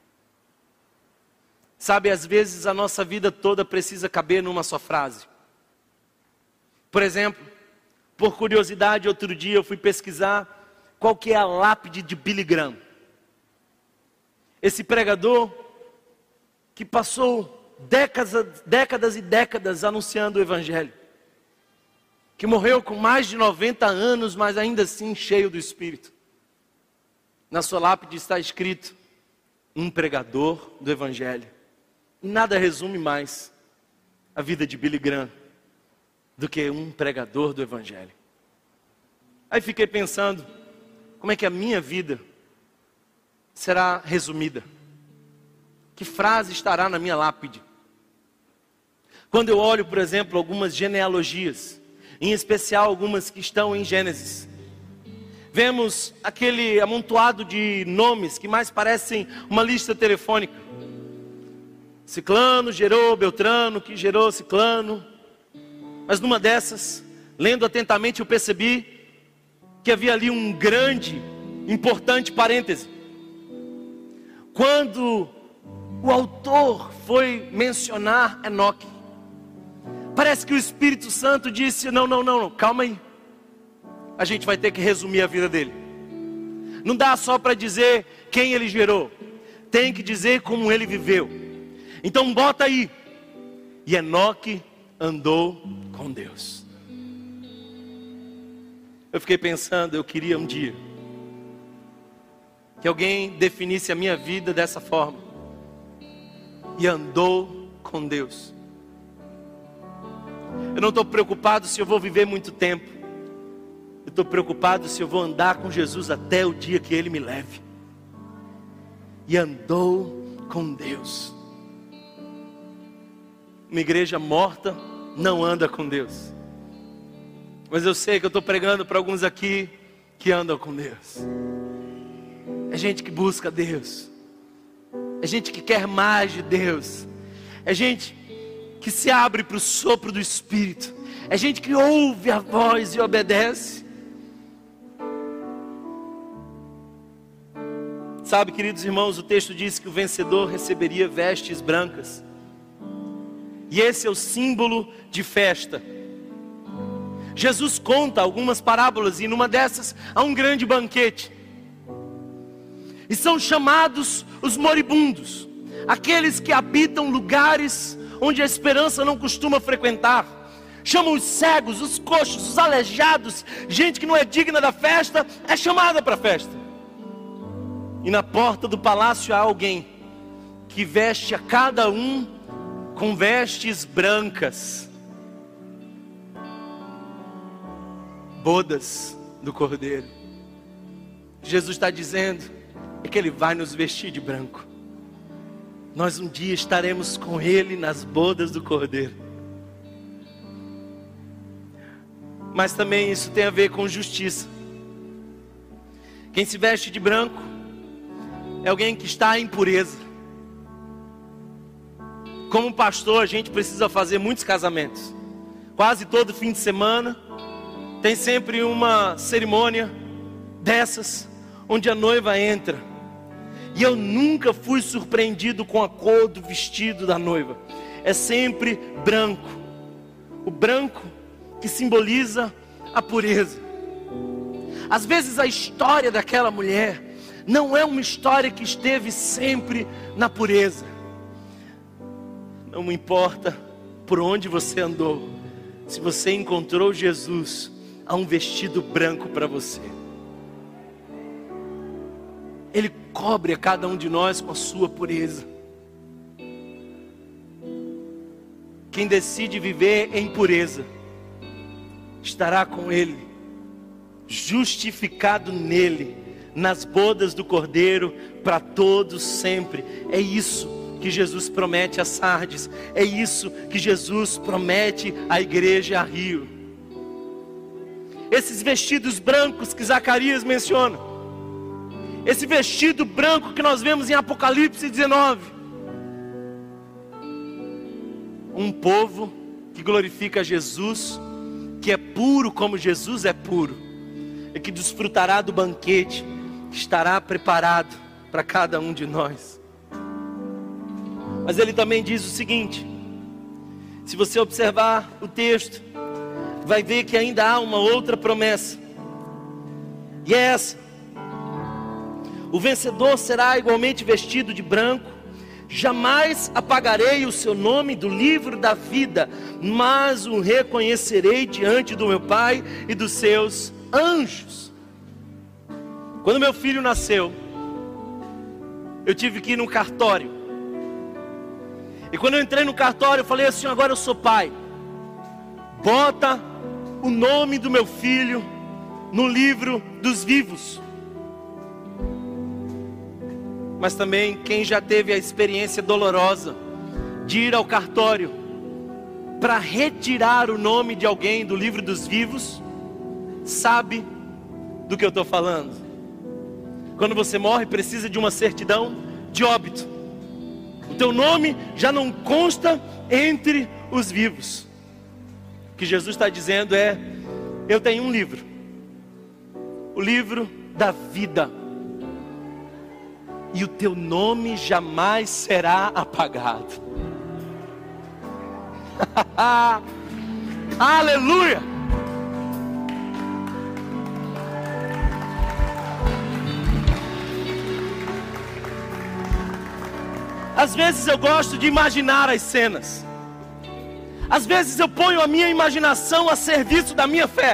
Sabe, às vezes a nossa vida toda precisa caber numa só frase. Por exemplo, por curiosidade, outro dia eu fui pesquisar qual que é a lápide de Billy Graham. Esse pregador que passou décadas, décadas e décadas anunciando o Evangelho. Que morreu com mais de noventa anos, mas ainda assim cheio do Espírito. Na sua lápide está escrito, um pregador do Evangelho. Nada resume mais a vida de Billy Graham do que um pregador do Evangelho. Aí fiquei pensando, como é que a minha vida será resumida? Que frase estará na minha lápide? Quando eu olho, por exemplo, algumas genealogias, em especial algumas que estão em Gênesis, vemos aquele amontoado de nomes que mais parecem uma lista telefônica. Ciclano gerou Beltrano, que gerou Ciclano. Mas numa dessas, lendo atentamente, eu percebi que havia ali um grande, importante parêntese. Quando o autor foi mencionar Enoque, parece que o Espírito Santo disse, não, não, não, não, calma aí. A gente vai ter que resumir a vida dele. Não dá só para dizer quem ele gerou, tem que dizer como ele viveu. Então bota aí, e Enoque andou com Deus. Eu fiquei pensando, eu queria um dia que alguém definisse a minha vida dessa forma, e andou com Deus. Eu não estou preocupado se eu vou viver muito tempo, eu estou preocupado se eu vou andar com Jesus até o dia que Ele me leve. E andou com Deus. Uma igreja morta não anda com Deus. Mas eu sei que eu estou pregando para alguns aqui que andam com Deus. É gente que busca Deus. É gente que quer mais de Deus. É gente que se abre para o sopro do Espírito. É gente que ouve a voz e obedece. Sabe, queridos irmãos, o texto diz que o vencedor receberia vestes brancas. E esse é o símbolo de festa. Jesus conta algumas parábolas e numa dessas há um grande banquete. E são chamados os moribundos, aqueles que habitam lugares onde a esperança não costuma frequentar. Chamam os cegos, os coxos, os aleijados, gente que não é digna da festa, é chamada para a festa. E na porta do palácio há alguém que veste a cada um com vestes brancas, bodas do Cordeiro. Jesus está dizendo é que Ele vai nos vestir de branco. Nós um dia estaremos com Ele nas bodas do Cordeiro. Mas também isso tem a ver com justiça. Quem se veste de branco é alguém que está em pureza. Como pastor, a gente precisa fazer muitos casamentos. Quase todo fim de semana tem sempre uma cerimônia dessas, onde a noiva entra. E eu nunca fui surpreendido com a cor do vestido da noiva. É sempre branco. O branco que simboliza a pureza. Às vezes a história daquela mulher não é uma história que esteve sempre na pureza. Não importa por onde você andou, se você encontrou Jesus, há um vestido branco para você. Ele cobre a cada um de nós com a sua pureza. quem decide viver em pureza estará com Ele, justificado nele, nas bodas do Cordeiro, para todos sempre. É isso que Jesus promete a Sardes, é isso que Jesus promete à igreja Rio. Esses vestidos brancos que Zacarias menciona, esse vestido branco que nós vemos em Apocalipse dezenove, um povo que glorifica Jesus, que é puro como Jesus é puro, e que desfrutará do banquete que estará preparado para cada um de nós. Mas ele também diz o seguinte: se você observar o texto, vai ver que ainda há uma outra promessa, e é essa: o vencedor será igualmente vestido de branco, jamais apagarei o seu nome do livro da vida, mas o reconhecerei diante do meu Pai e dos seus anjos. Quando meu filho nasceu, eu tive que ir num cartório. E quando eu entrei no cartório, eu falei assim: agora eu sou pai, bota o nome do meu filho no livro dos vivos. Mas também quem já teve a experiência dolorosa de ir ao cartório para retirar o nome de alguém do livro dos vivos, sabe do que eu estou falando. Quando você morre, precisa de uma certidão de óbito. O teu nome já não consta entre os vivos. O que Jesus está dizendo é: eu tenho um livro, o livro da vida, e o teu nome jamais será apagado. Aleluia! Às vezes eu gosto de imaginar as cenas. Às vezes eu ponho a minha imaginação a serviço da minha fé.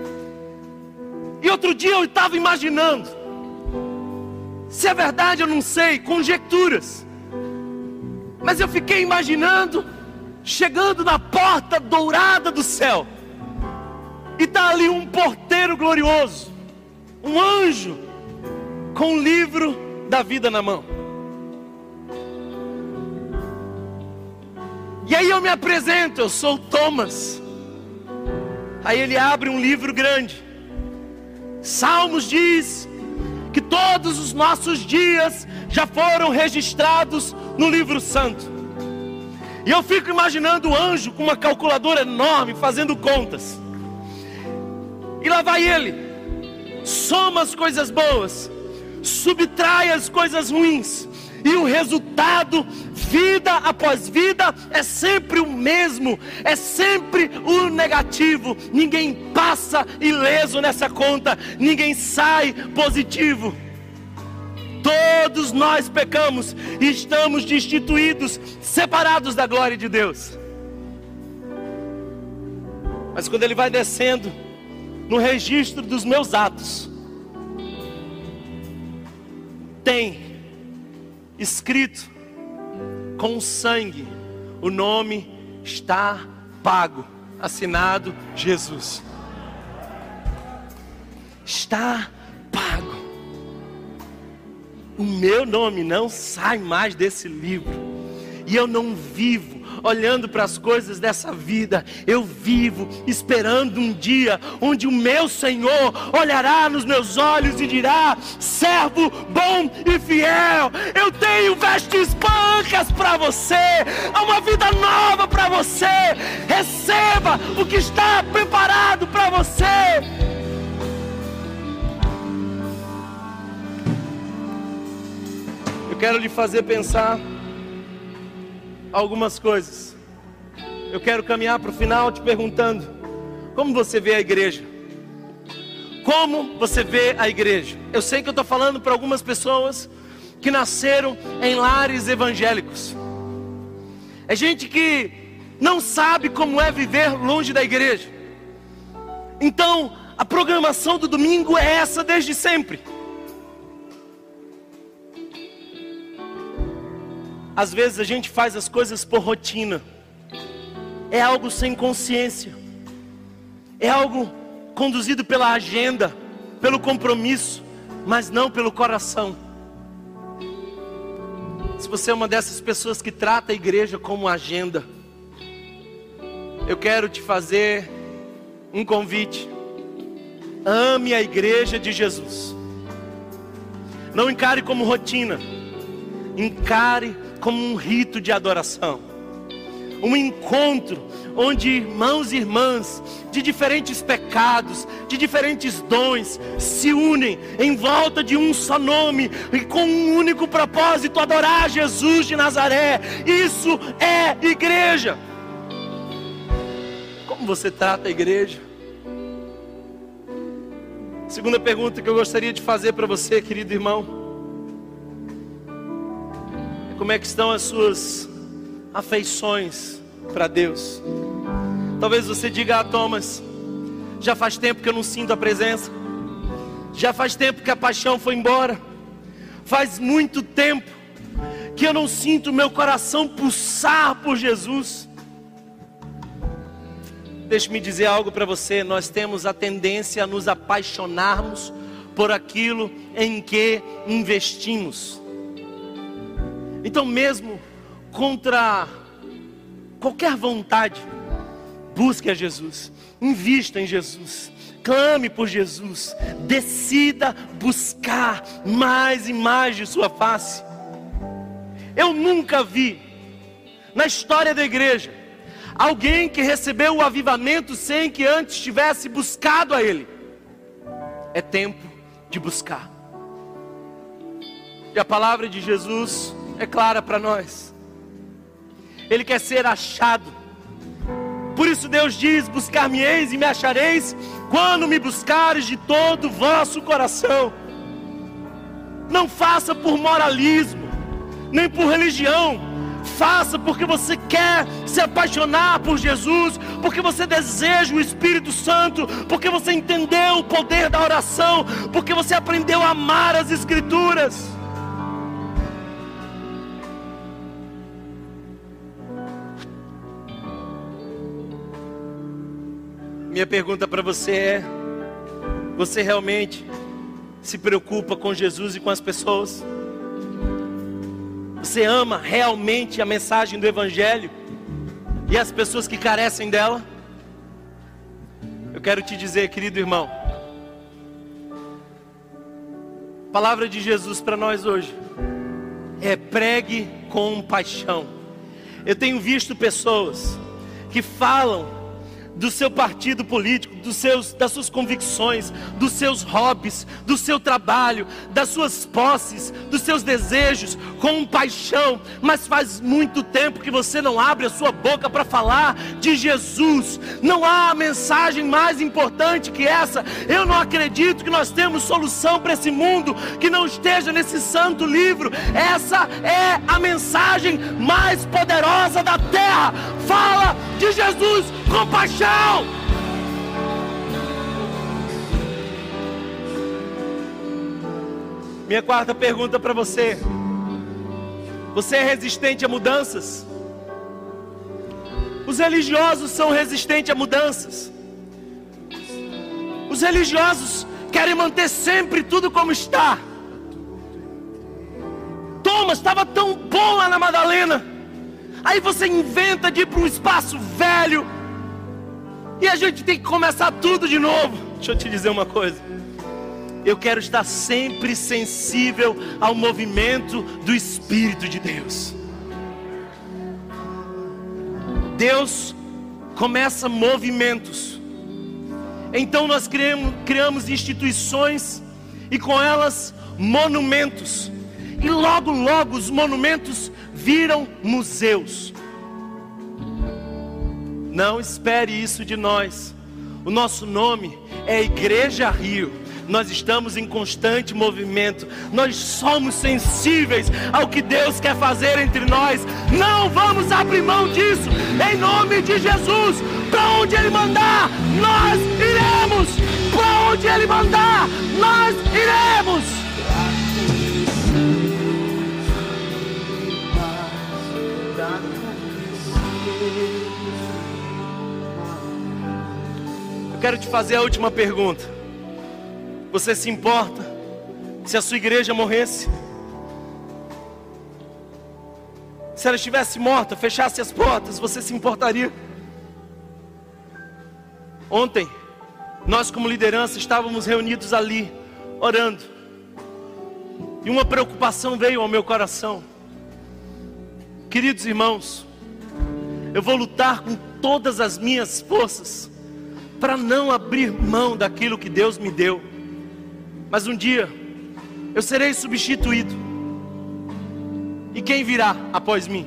E outro dia eu estava imaginando, se é verdade eu não sei, conjecturas, mas eu fiquei imaginando, chegando na porta dourada do céu, e está ali um porteiro glorioso, um anjo, com o livro da vida na mão. E aí eu me apresento, eu sou Thomas. Aí ele abre um livro grande. Salmos diz que todos os nossos dias já foram registrados no livro santo. E eu fico imaginando o anjo com uma calculadora enorme, fazendo contas. E lá vai ele, soma as coisas boas, subtrai as coisas ruins, e o resultado, vida após vida, é sempre o mesmo, é sempre o negativo. Ninguém passa ileso nessa conta, ninguém sai positivo. Todos nós pecamos e estamos destituídos, separados da glória de Deus. Mas quando ele vai descendo no registro dos meus atos, tem escrito com sangue, o nome está pago, assinado Jesus. Está pago. O meu nome não sai mais desse livro. E eu não vivo olhando para as coisas dessa vida. Eu vivo esperando um dia onde o meu Senhor olhará nos meus olhos e dirá: servo bom e fiel, eu tenho vestes brancas para você, há uma vida nova para você. Receba o que está preparado para você. Eu quero lhe fazer pensar algumas coisas. Eu quero caminhar para o final te perguntando: como você vê a igreja? Como você vê a igreja? Eu sei que eu estou falando para algumas pessoas que nasceram em lares evangélicos. É gente que não sabe como é viver longe da igreja. Então a programação do domingo é essa desde sempre. Às vezes a gente faz as coisas por rotina. é algo sem consciência, é algo conduzido pela agenda, pelo compromisso, mas não pelo coração. Se você é uma dessas pessoas que trata a igreja como agenda, eu quero te fazer um convite. Ame a igreja de Jesus. Não encare como rotina, encare como um rito de adoração, um encontro onde irmãos e irmãs de diferentes pecados, de diferentes dons, se unem em volta de um só nome e com um único propósito: adorar Jesus de Nazaré. Isso é igreja. Como você trata a igreja? Segunda pergunta que eu gostaria de fazer para você, querido irmão, é: como é que estão as suas afeições para Deus? Talvez você diga: ah, Thomas, já faz tempo que eu não sinto a presença, já faz tempo que a paixão foi embora, faz muito tempo que eu não sinto o meu coração pulsar por Jesus. Deixe-me dizer algo para você: nós temos a tendência a nos apaixonarmos por aquilo em que investimos. Então, mesmo contra qualquer vontade, busque a Jesus, invista em Jesus, clame por Jesus, decida buscar mais e mais de sua face. Eu nunca vi na história da igreja alguém que recebeu o avivamento sem que antes tivesse buscado a Ele. É tempo de buscar. E a palavra de Jesus é clara para nós. Ele quer ser achado. Por isso Deus diz: buscar-me-eis e me achareis, quando me buscares de todo o vosso coração. Não faça por moralismo, nem por religião. Faça porque você quer se apaixonar por Jesus, porque você deseja o Espírito Santo, porque você entendeu o poder da oração, porque você aprendeu a amar as Escrituras. Minha pergunta para você é: você realmente se preocupa com Jesus e com as pessoas? Você ama realmente a mensagem do Evangelho e as pessoas que carecem dela? Eu quero te dizer, querido irmão, a palavra de Jesus para nós hoje é: pregue com paixão. Eu tenho visto pessoas que falam do seu partido político, dos seus, das suas convicções, dos seus hobbies, do seu trabalho, das suas posses, dos seus desejos, com paixão, mas faz muito tempo que você não abre a sua boca para falar de Jesus. Não há mensagem mais importante que essa. Eu não acredito que nós temos solução para esse mundo que não esteja nesse santo livro. Essa é a mensagem mais poderosa da terra. Fala de Jesus com paixão. Minha quarta pergunta para você: você é resistente a mudanças? Os religiosos são resistentes a mudanças. Os religiosos querem manter sempre tudo como está. Thomas, estava tão bom lá na Madalena. Aí você inventa de ir para um espaço velho e a gente tem que começar tudo de novo. Deixa eu te dizer uma coisa: eu quero estar sempre sensível ao movimento do Espírito de Deus. Deus começa movimentos, então nós criamos, criamos instituições e com elas monumentos. E logo, logo os monumentos viram museus. Não espere isso de nós. O nosso nome é Igreja Rio. Nós estamos em constante movimento. Nós somos sensíveis ao que Deus quer fazer entre nós. Não vamos abrir mão disso. Em nome de Jesus, para onde Ele mandar, nós iremos. Para onde Ele mandar, nós iremos. quero te fazer a última pergunta. Você se importa se a sua igreja morresse? Se ela estivesse morta, fechasse as portas, você se importaria? Ontem, nós como liderança estávamos reunidos ali, orando. E uma preocupação veio ao meu coração. Queridos irmãos, eu vou lutar com todas as minhas forças para não abrir mão daquilo que Deus me deu. Mas um dia, eu serei substituído. E quem virá após mim?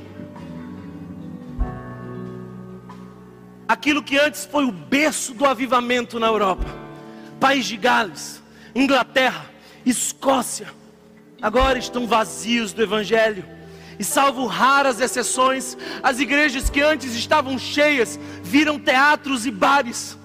Aquilo que antes foi o berço do avivamento na Europa, País de Gales, Inglaterra, Escócia, agora estão vazios do Evangelho. E salvo raras exceções, as igrejas que antes estavam cheias viram teatros e bares.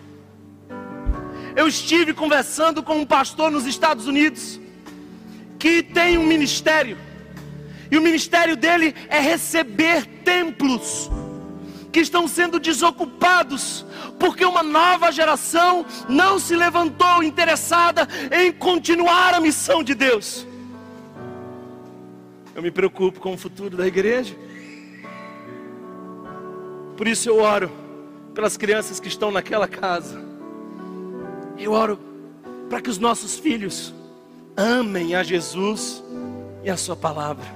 Eu estive conversando com um pastor nos Estados Unidos que tem um ministério, e o ministério dele é receber templos que estão sendo desocupados, porque uma nova geração não se levantou interessada em continuar a missão de Deus. Eu me preocupo com o futuro da igreja. Por isso eu oro pelas crianças que estão naquela casa. Eu oro para que os nossos filhos amem a Jesus e a sua palavra.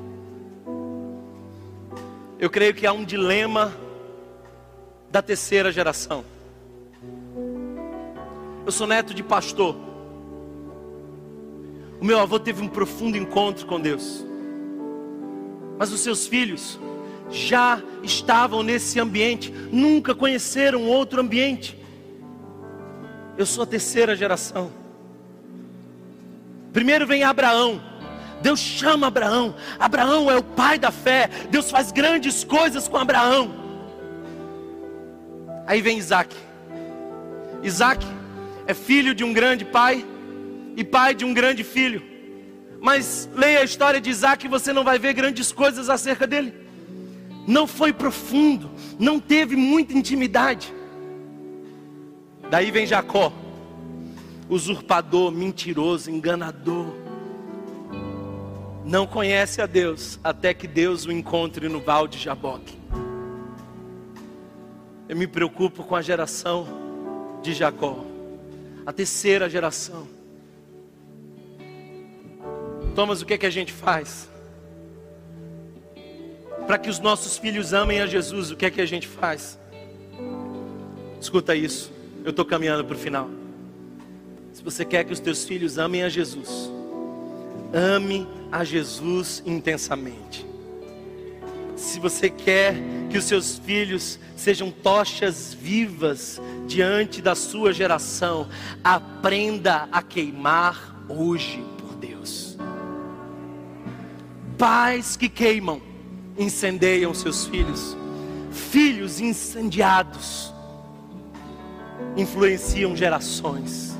Eu creio que há um dilema da terceira geração. Eu sou neto de pastor. O meu avô teve um profundo encontro com Deus, mas os seus filhos já estavam nesse ambiente, nunca conheceram outro ambiente. Eu sou a terceira geração. Primeiro vem Abraão. Deus chama Abraão. Abraão é o pai da fé. Deus faz grandes coisas com Abraão. Aí vem Isaac. Isaac é filho de um grande pai e pai de um grande filho. Mas leia a história de Isaac e você não vai ver grandes coisas acerca dele. Não foi profundo, não teve muita intimidade. Daí vem Jacó, usurpador, mentiroso, enganador. Não conhece a Deus até que Deus o encontre no Val de Jaboque. Eu me preocupo com a geração de Jacó, a terceira geração. Thomas, o que é que a gente faz? Para que os nossos filhos amem a Jesus, o que é que a gente faz? Escuta isso, eu estou caminhando para o final. Se você quer que os teus filhos amem a Jesus, ame a Jesus intensamente. Se você quer que os seus filhos sejam tochas vivas diante da sua geração, aprenda a queimar hoje por Deus. Pais que queimam incendeiam seus filhos. Filhos incendiados influenciam gerações.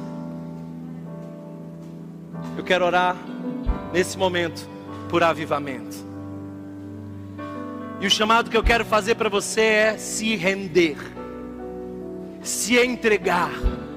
Eu quero orar nesse momento por avivamento. E o chamado que eu quero fazer para você é se render, se entregar.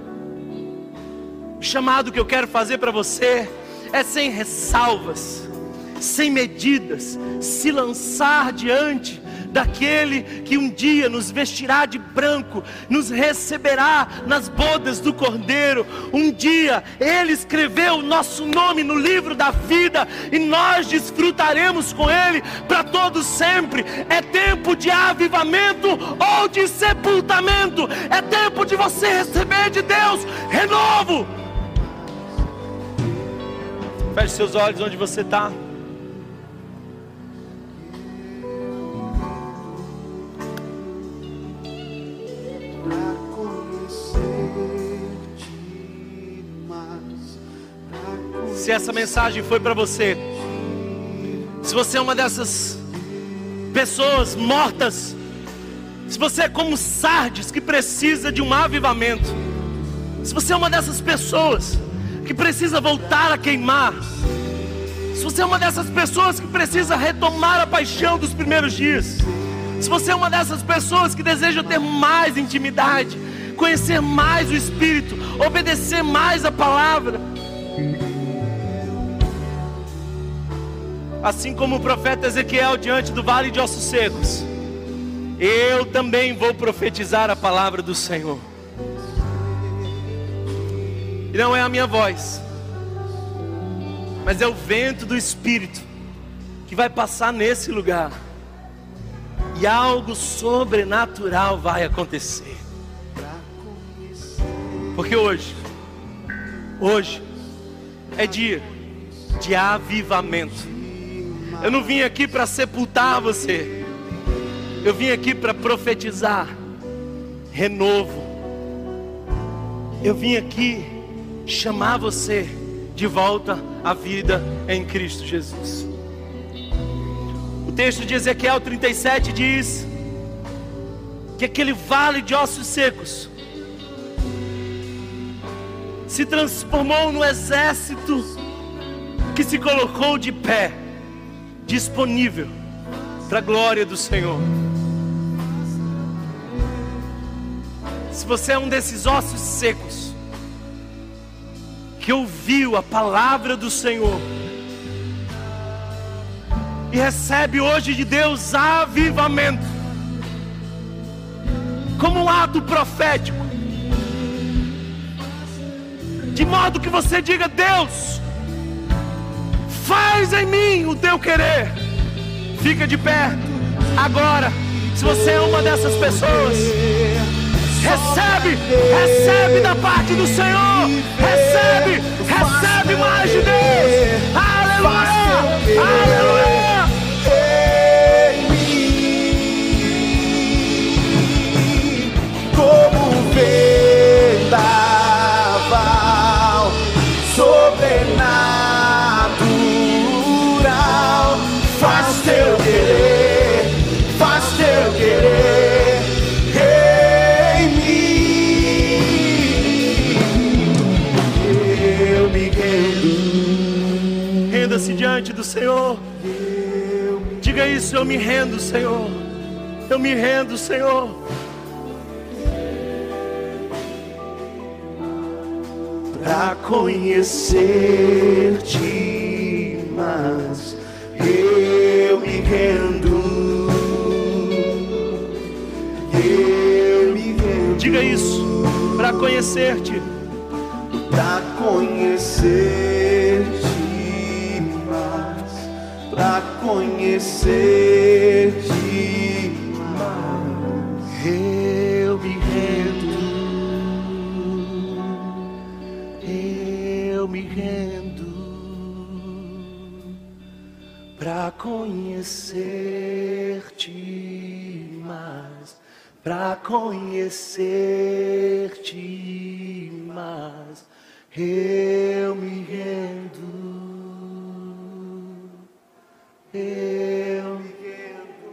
O chamado que eu quero fazer para você é sem ressalvas, sem medidas, se lançar diante daquele que um dia nos vestirá de branco, nos receberá nas bodas do Cordeiro. Um dia Ele escreveu o nosso nome no livro da vida e nós desfrutaremos com Ele para todos sempre. É tempo de avivamento ou de sepultamento. É tempo de você receber de Deus renovo. Feche seus olhos onde você está. Se essa mensagem foi para você, se você é uma dessas pessoas mortas, se você é como Sardes que precisa de um avivamento, se você é uma dessas pessoas que precisa voltar a queimar, se você é uma dessas pessoas que precisa retomar a paixão dos primeiros dias, se você é uma dessas pessoas que deseja ter mais intimidade, conhecer mais o Espírito, obedecer mais a palavra. Assim como o profeta Ezequiel diante do vale de ossos secos, eu também vou profetizar a palavra do Senhor. E não é a minha voz, mas é o vento do Espírito que vai passar nesse lugar, e algo sobrenatural vai acontecer. Porque hoje, hoje é dia de avivamento. Eu não vim aqui para sepultar você, eu vim aqui para profetizar renovo. Eu vim aqui chamar você de volta à vida em Cristo Jesus. O texto de Ezequiel trinta e sete diz que aquele vale de ossos secos se transformou no exército que se colocou de pé, disponível para a glória do Senhor. Se você é um desses ossos secos que ouviu a palavra do Senhor e recebe hoje de Deus avivamento, como um ato profético, de modo que você diga: Deus, faz em mim o teu querer. Fica de pé agora. Se você é uma dessas pessoas, recebe, recebe da parte do Senhor, recebe, recebe mais de Deus. Aleluia, aleluia. Como um vendaval sobrenatural, faz teu querer, faz teu querer em mim. Eu me rendo. Renda-se diante do Senhor. Diga isso: eu me rendo, Senhor. Eu me rendo, Senhor. Pra conhecer-te mais, eu me rendo. Eu me rendo. Diga isso: para conhecer-te. Pra conhecer-te mais, pra conhecer-te mais, eu me rendo. Eu me rendo. Pra conhecer-te mais, pra conhecer-te mais, eu me rendo. Eu me rendo.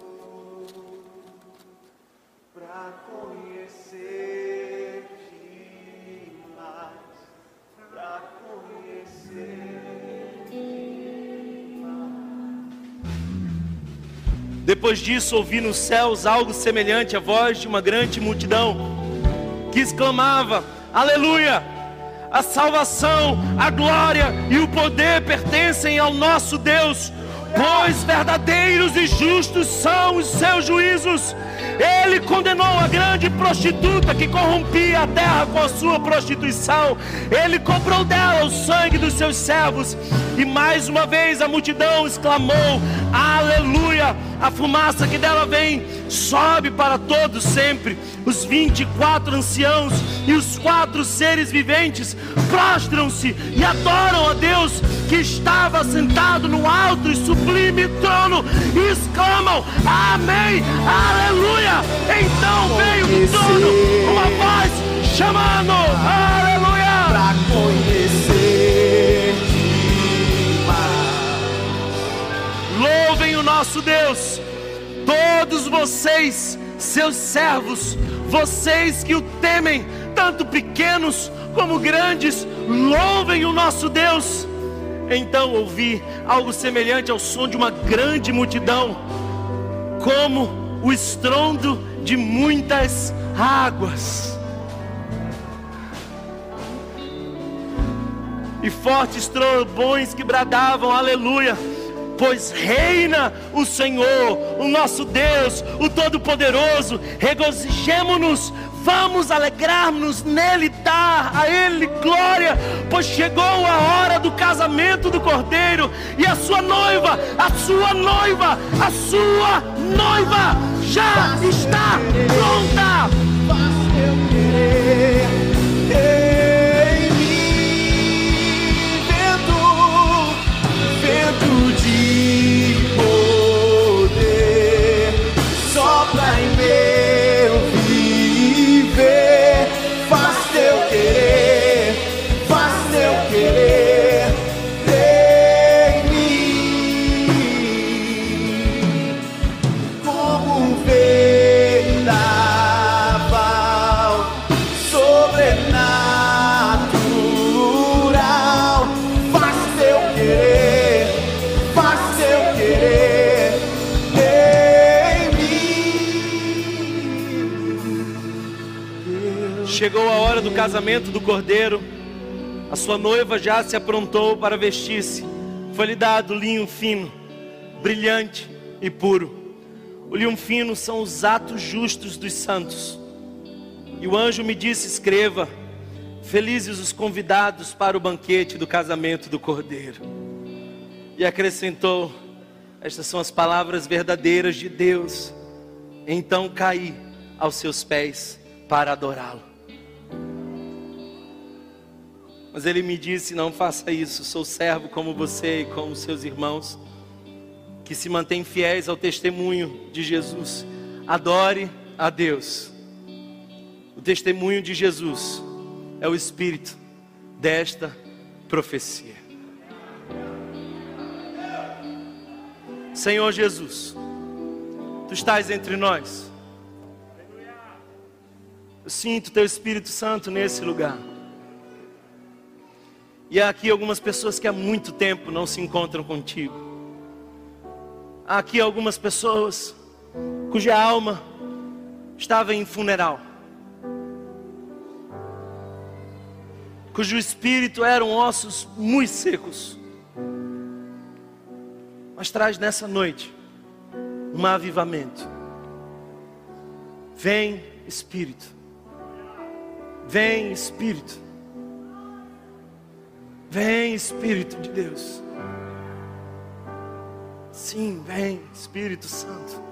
Pra conhecer-te mais, pra conhecer-te mais. Depois disso, ouvi nos céus algo semelhante à voz de uma grande multidão que exclamava: aleluia! A salvação, a glória e o poder pertencem ao nosso Deus, pois verdadeiros e justos são os seus juízos. Ele condenou a grande prostituta que corrompia a terra com a sua prostituição. Ele comprou dela o sangue dos seus servos. E mais uma vez a multidão exclamou: aleluia! A fumaça que dela vem sobe para todos sempre. Os vinte e quatro anciãos e os quatro seres viventes prostram-se e adoram a Deus que estava sentado no alto e sublime trono, e exclamam: amém, aleluia! Então veio do trono uma voz chamando: aleluia! Pra conhecer-te mais. Louvem o nosso Deus, todos vocês, seus servos, vocês que o temem, tanto pequenos como grandes, louvem o nosso Deus. Então ouvi algo semelhante ao som de uma grande multidão, como o estrondo de muitas águas. e fortes trovões que bradavam aleluia. Pois reina o Senhor, o nosso Deus, o Todo-Poderoso. Regozijemo-nos, vamos alegrar-nos nele, dar a Ele glória, pois chegou a hora do casamento do Cordeiro, e a sua noiva, a sua noiva, a sua noiva já está pronta. Faz eu querer em mim, vento, vento de poder, sopra em meu viver. Faz teu querer, faz teu querer em mim, como um vendaval sobrenatural. Faz teu querer, faz teu querer em mim. Chegou a hora do casamento do Cordeiro. A sua noiva já se aprontou para vestir-se. Foi-lhe dado linho fino, brilhante e puro. O linho fino são os atos justos dos santos. E o anjo me disse: escreva: felizes os convidados para o banquete do casamento do Cordeiro. E acrescentou: estas são as palavras verdadeiras de Deus. Então caí aos seus pés para adorá-lo. Mas ele me disse: não faça isso, sou servo como você e como seus irmãos, que se mantêm fiéis ao testemunho de Jesus. Adore a Deus. O testemunho de Jesus é o espírito desta profecia. Senhor Jesus, Tu estás entre nós. Eu sinto Teu Espírito Santo nesse lugar. E há aqui algumas pessoas que há muito tempo não se encontram contigo. Há aqui algumas pessoas cuja alma estava em funeral, cujo espírito eram ossos muito secos. Mas traz nessa noite um avivamento. Vem Espírito, vem Espírito. Vem Espírito de Deus. Sim, vem Espírito Santo.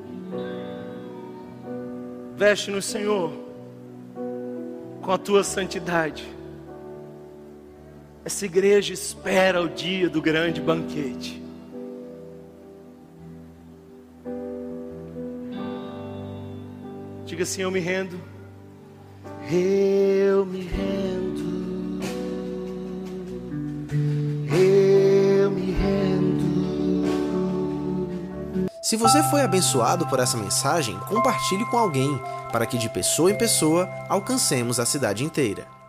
Veste-nos, Senhor, com a Tua santidade. Essa igreja espera o dia do grande banquete. Diga assim: eu me rendo. Eu me rendo. Eu me rendo. Se você foi abençoado por essa mensagem, compartilhe com alguém, para que de pessoa em pessoa alcancemos a cidade inteira.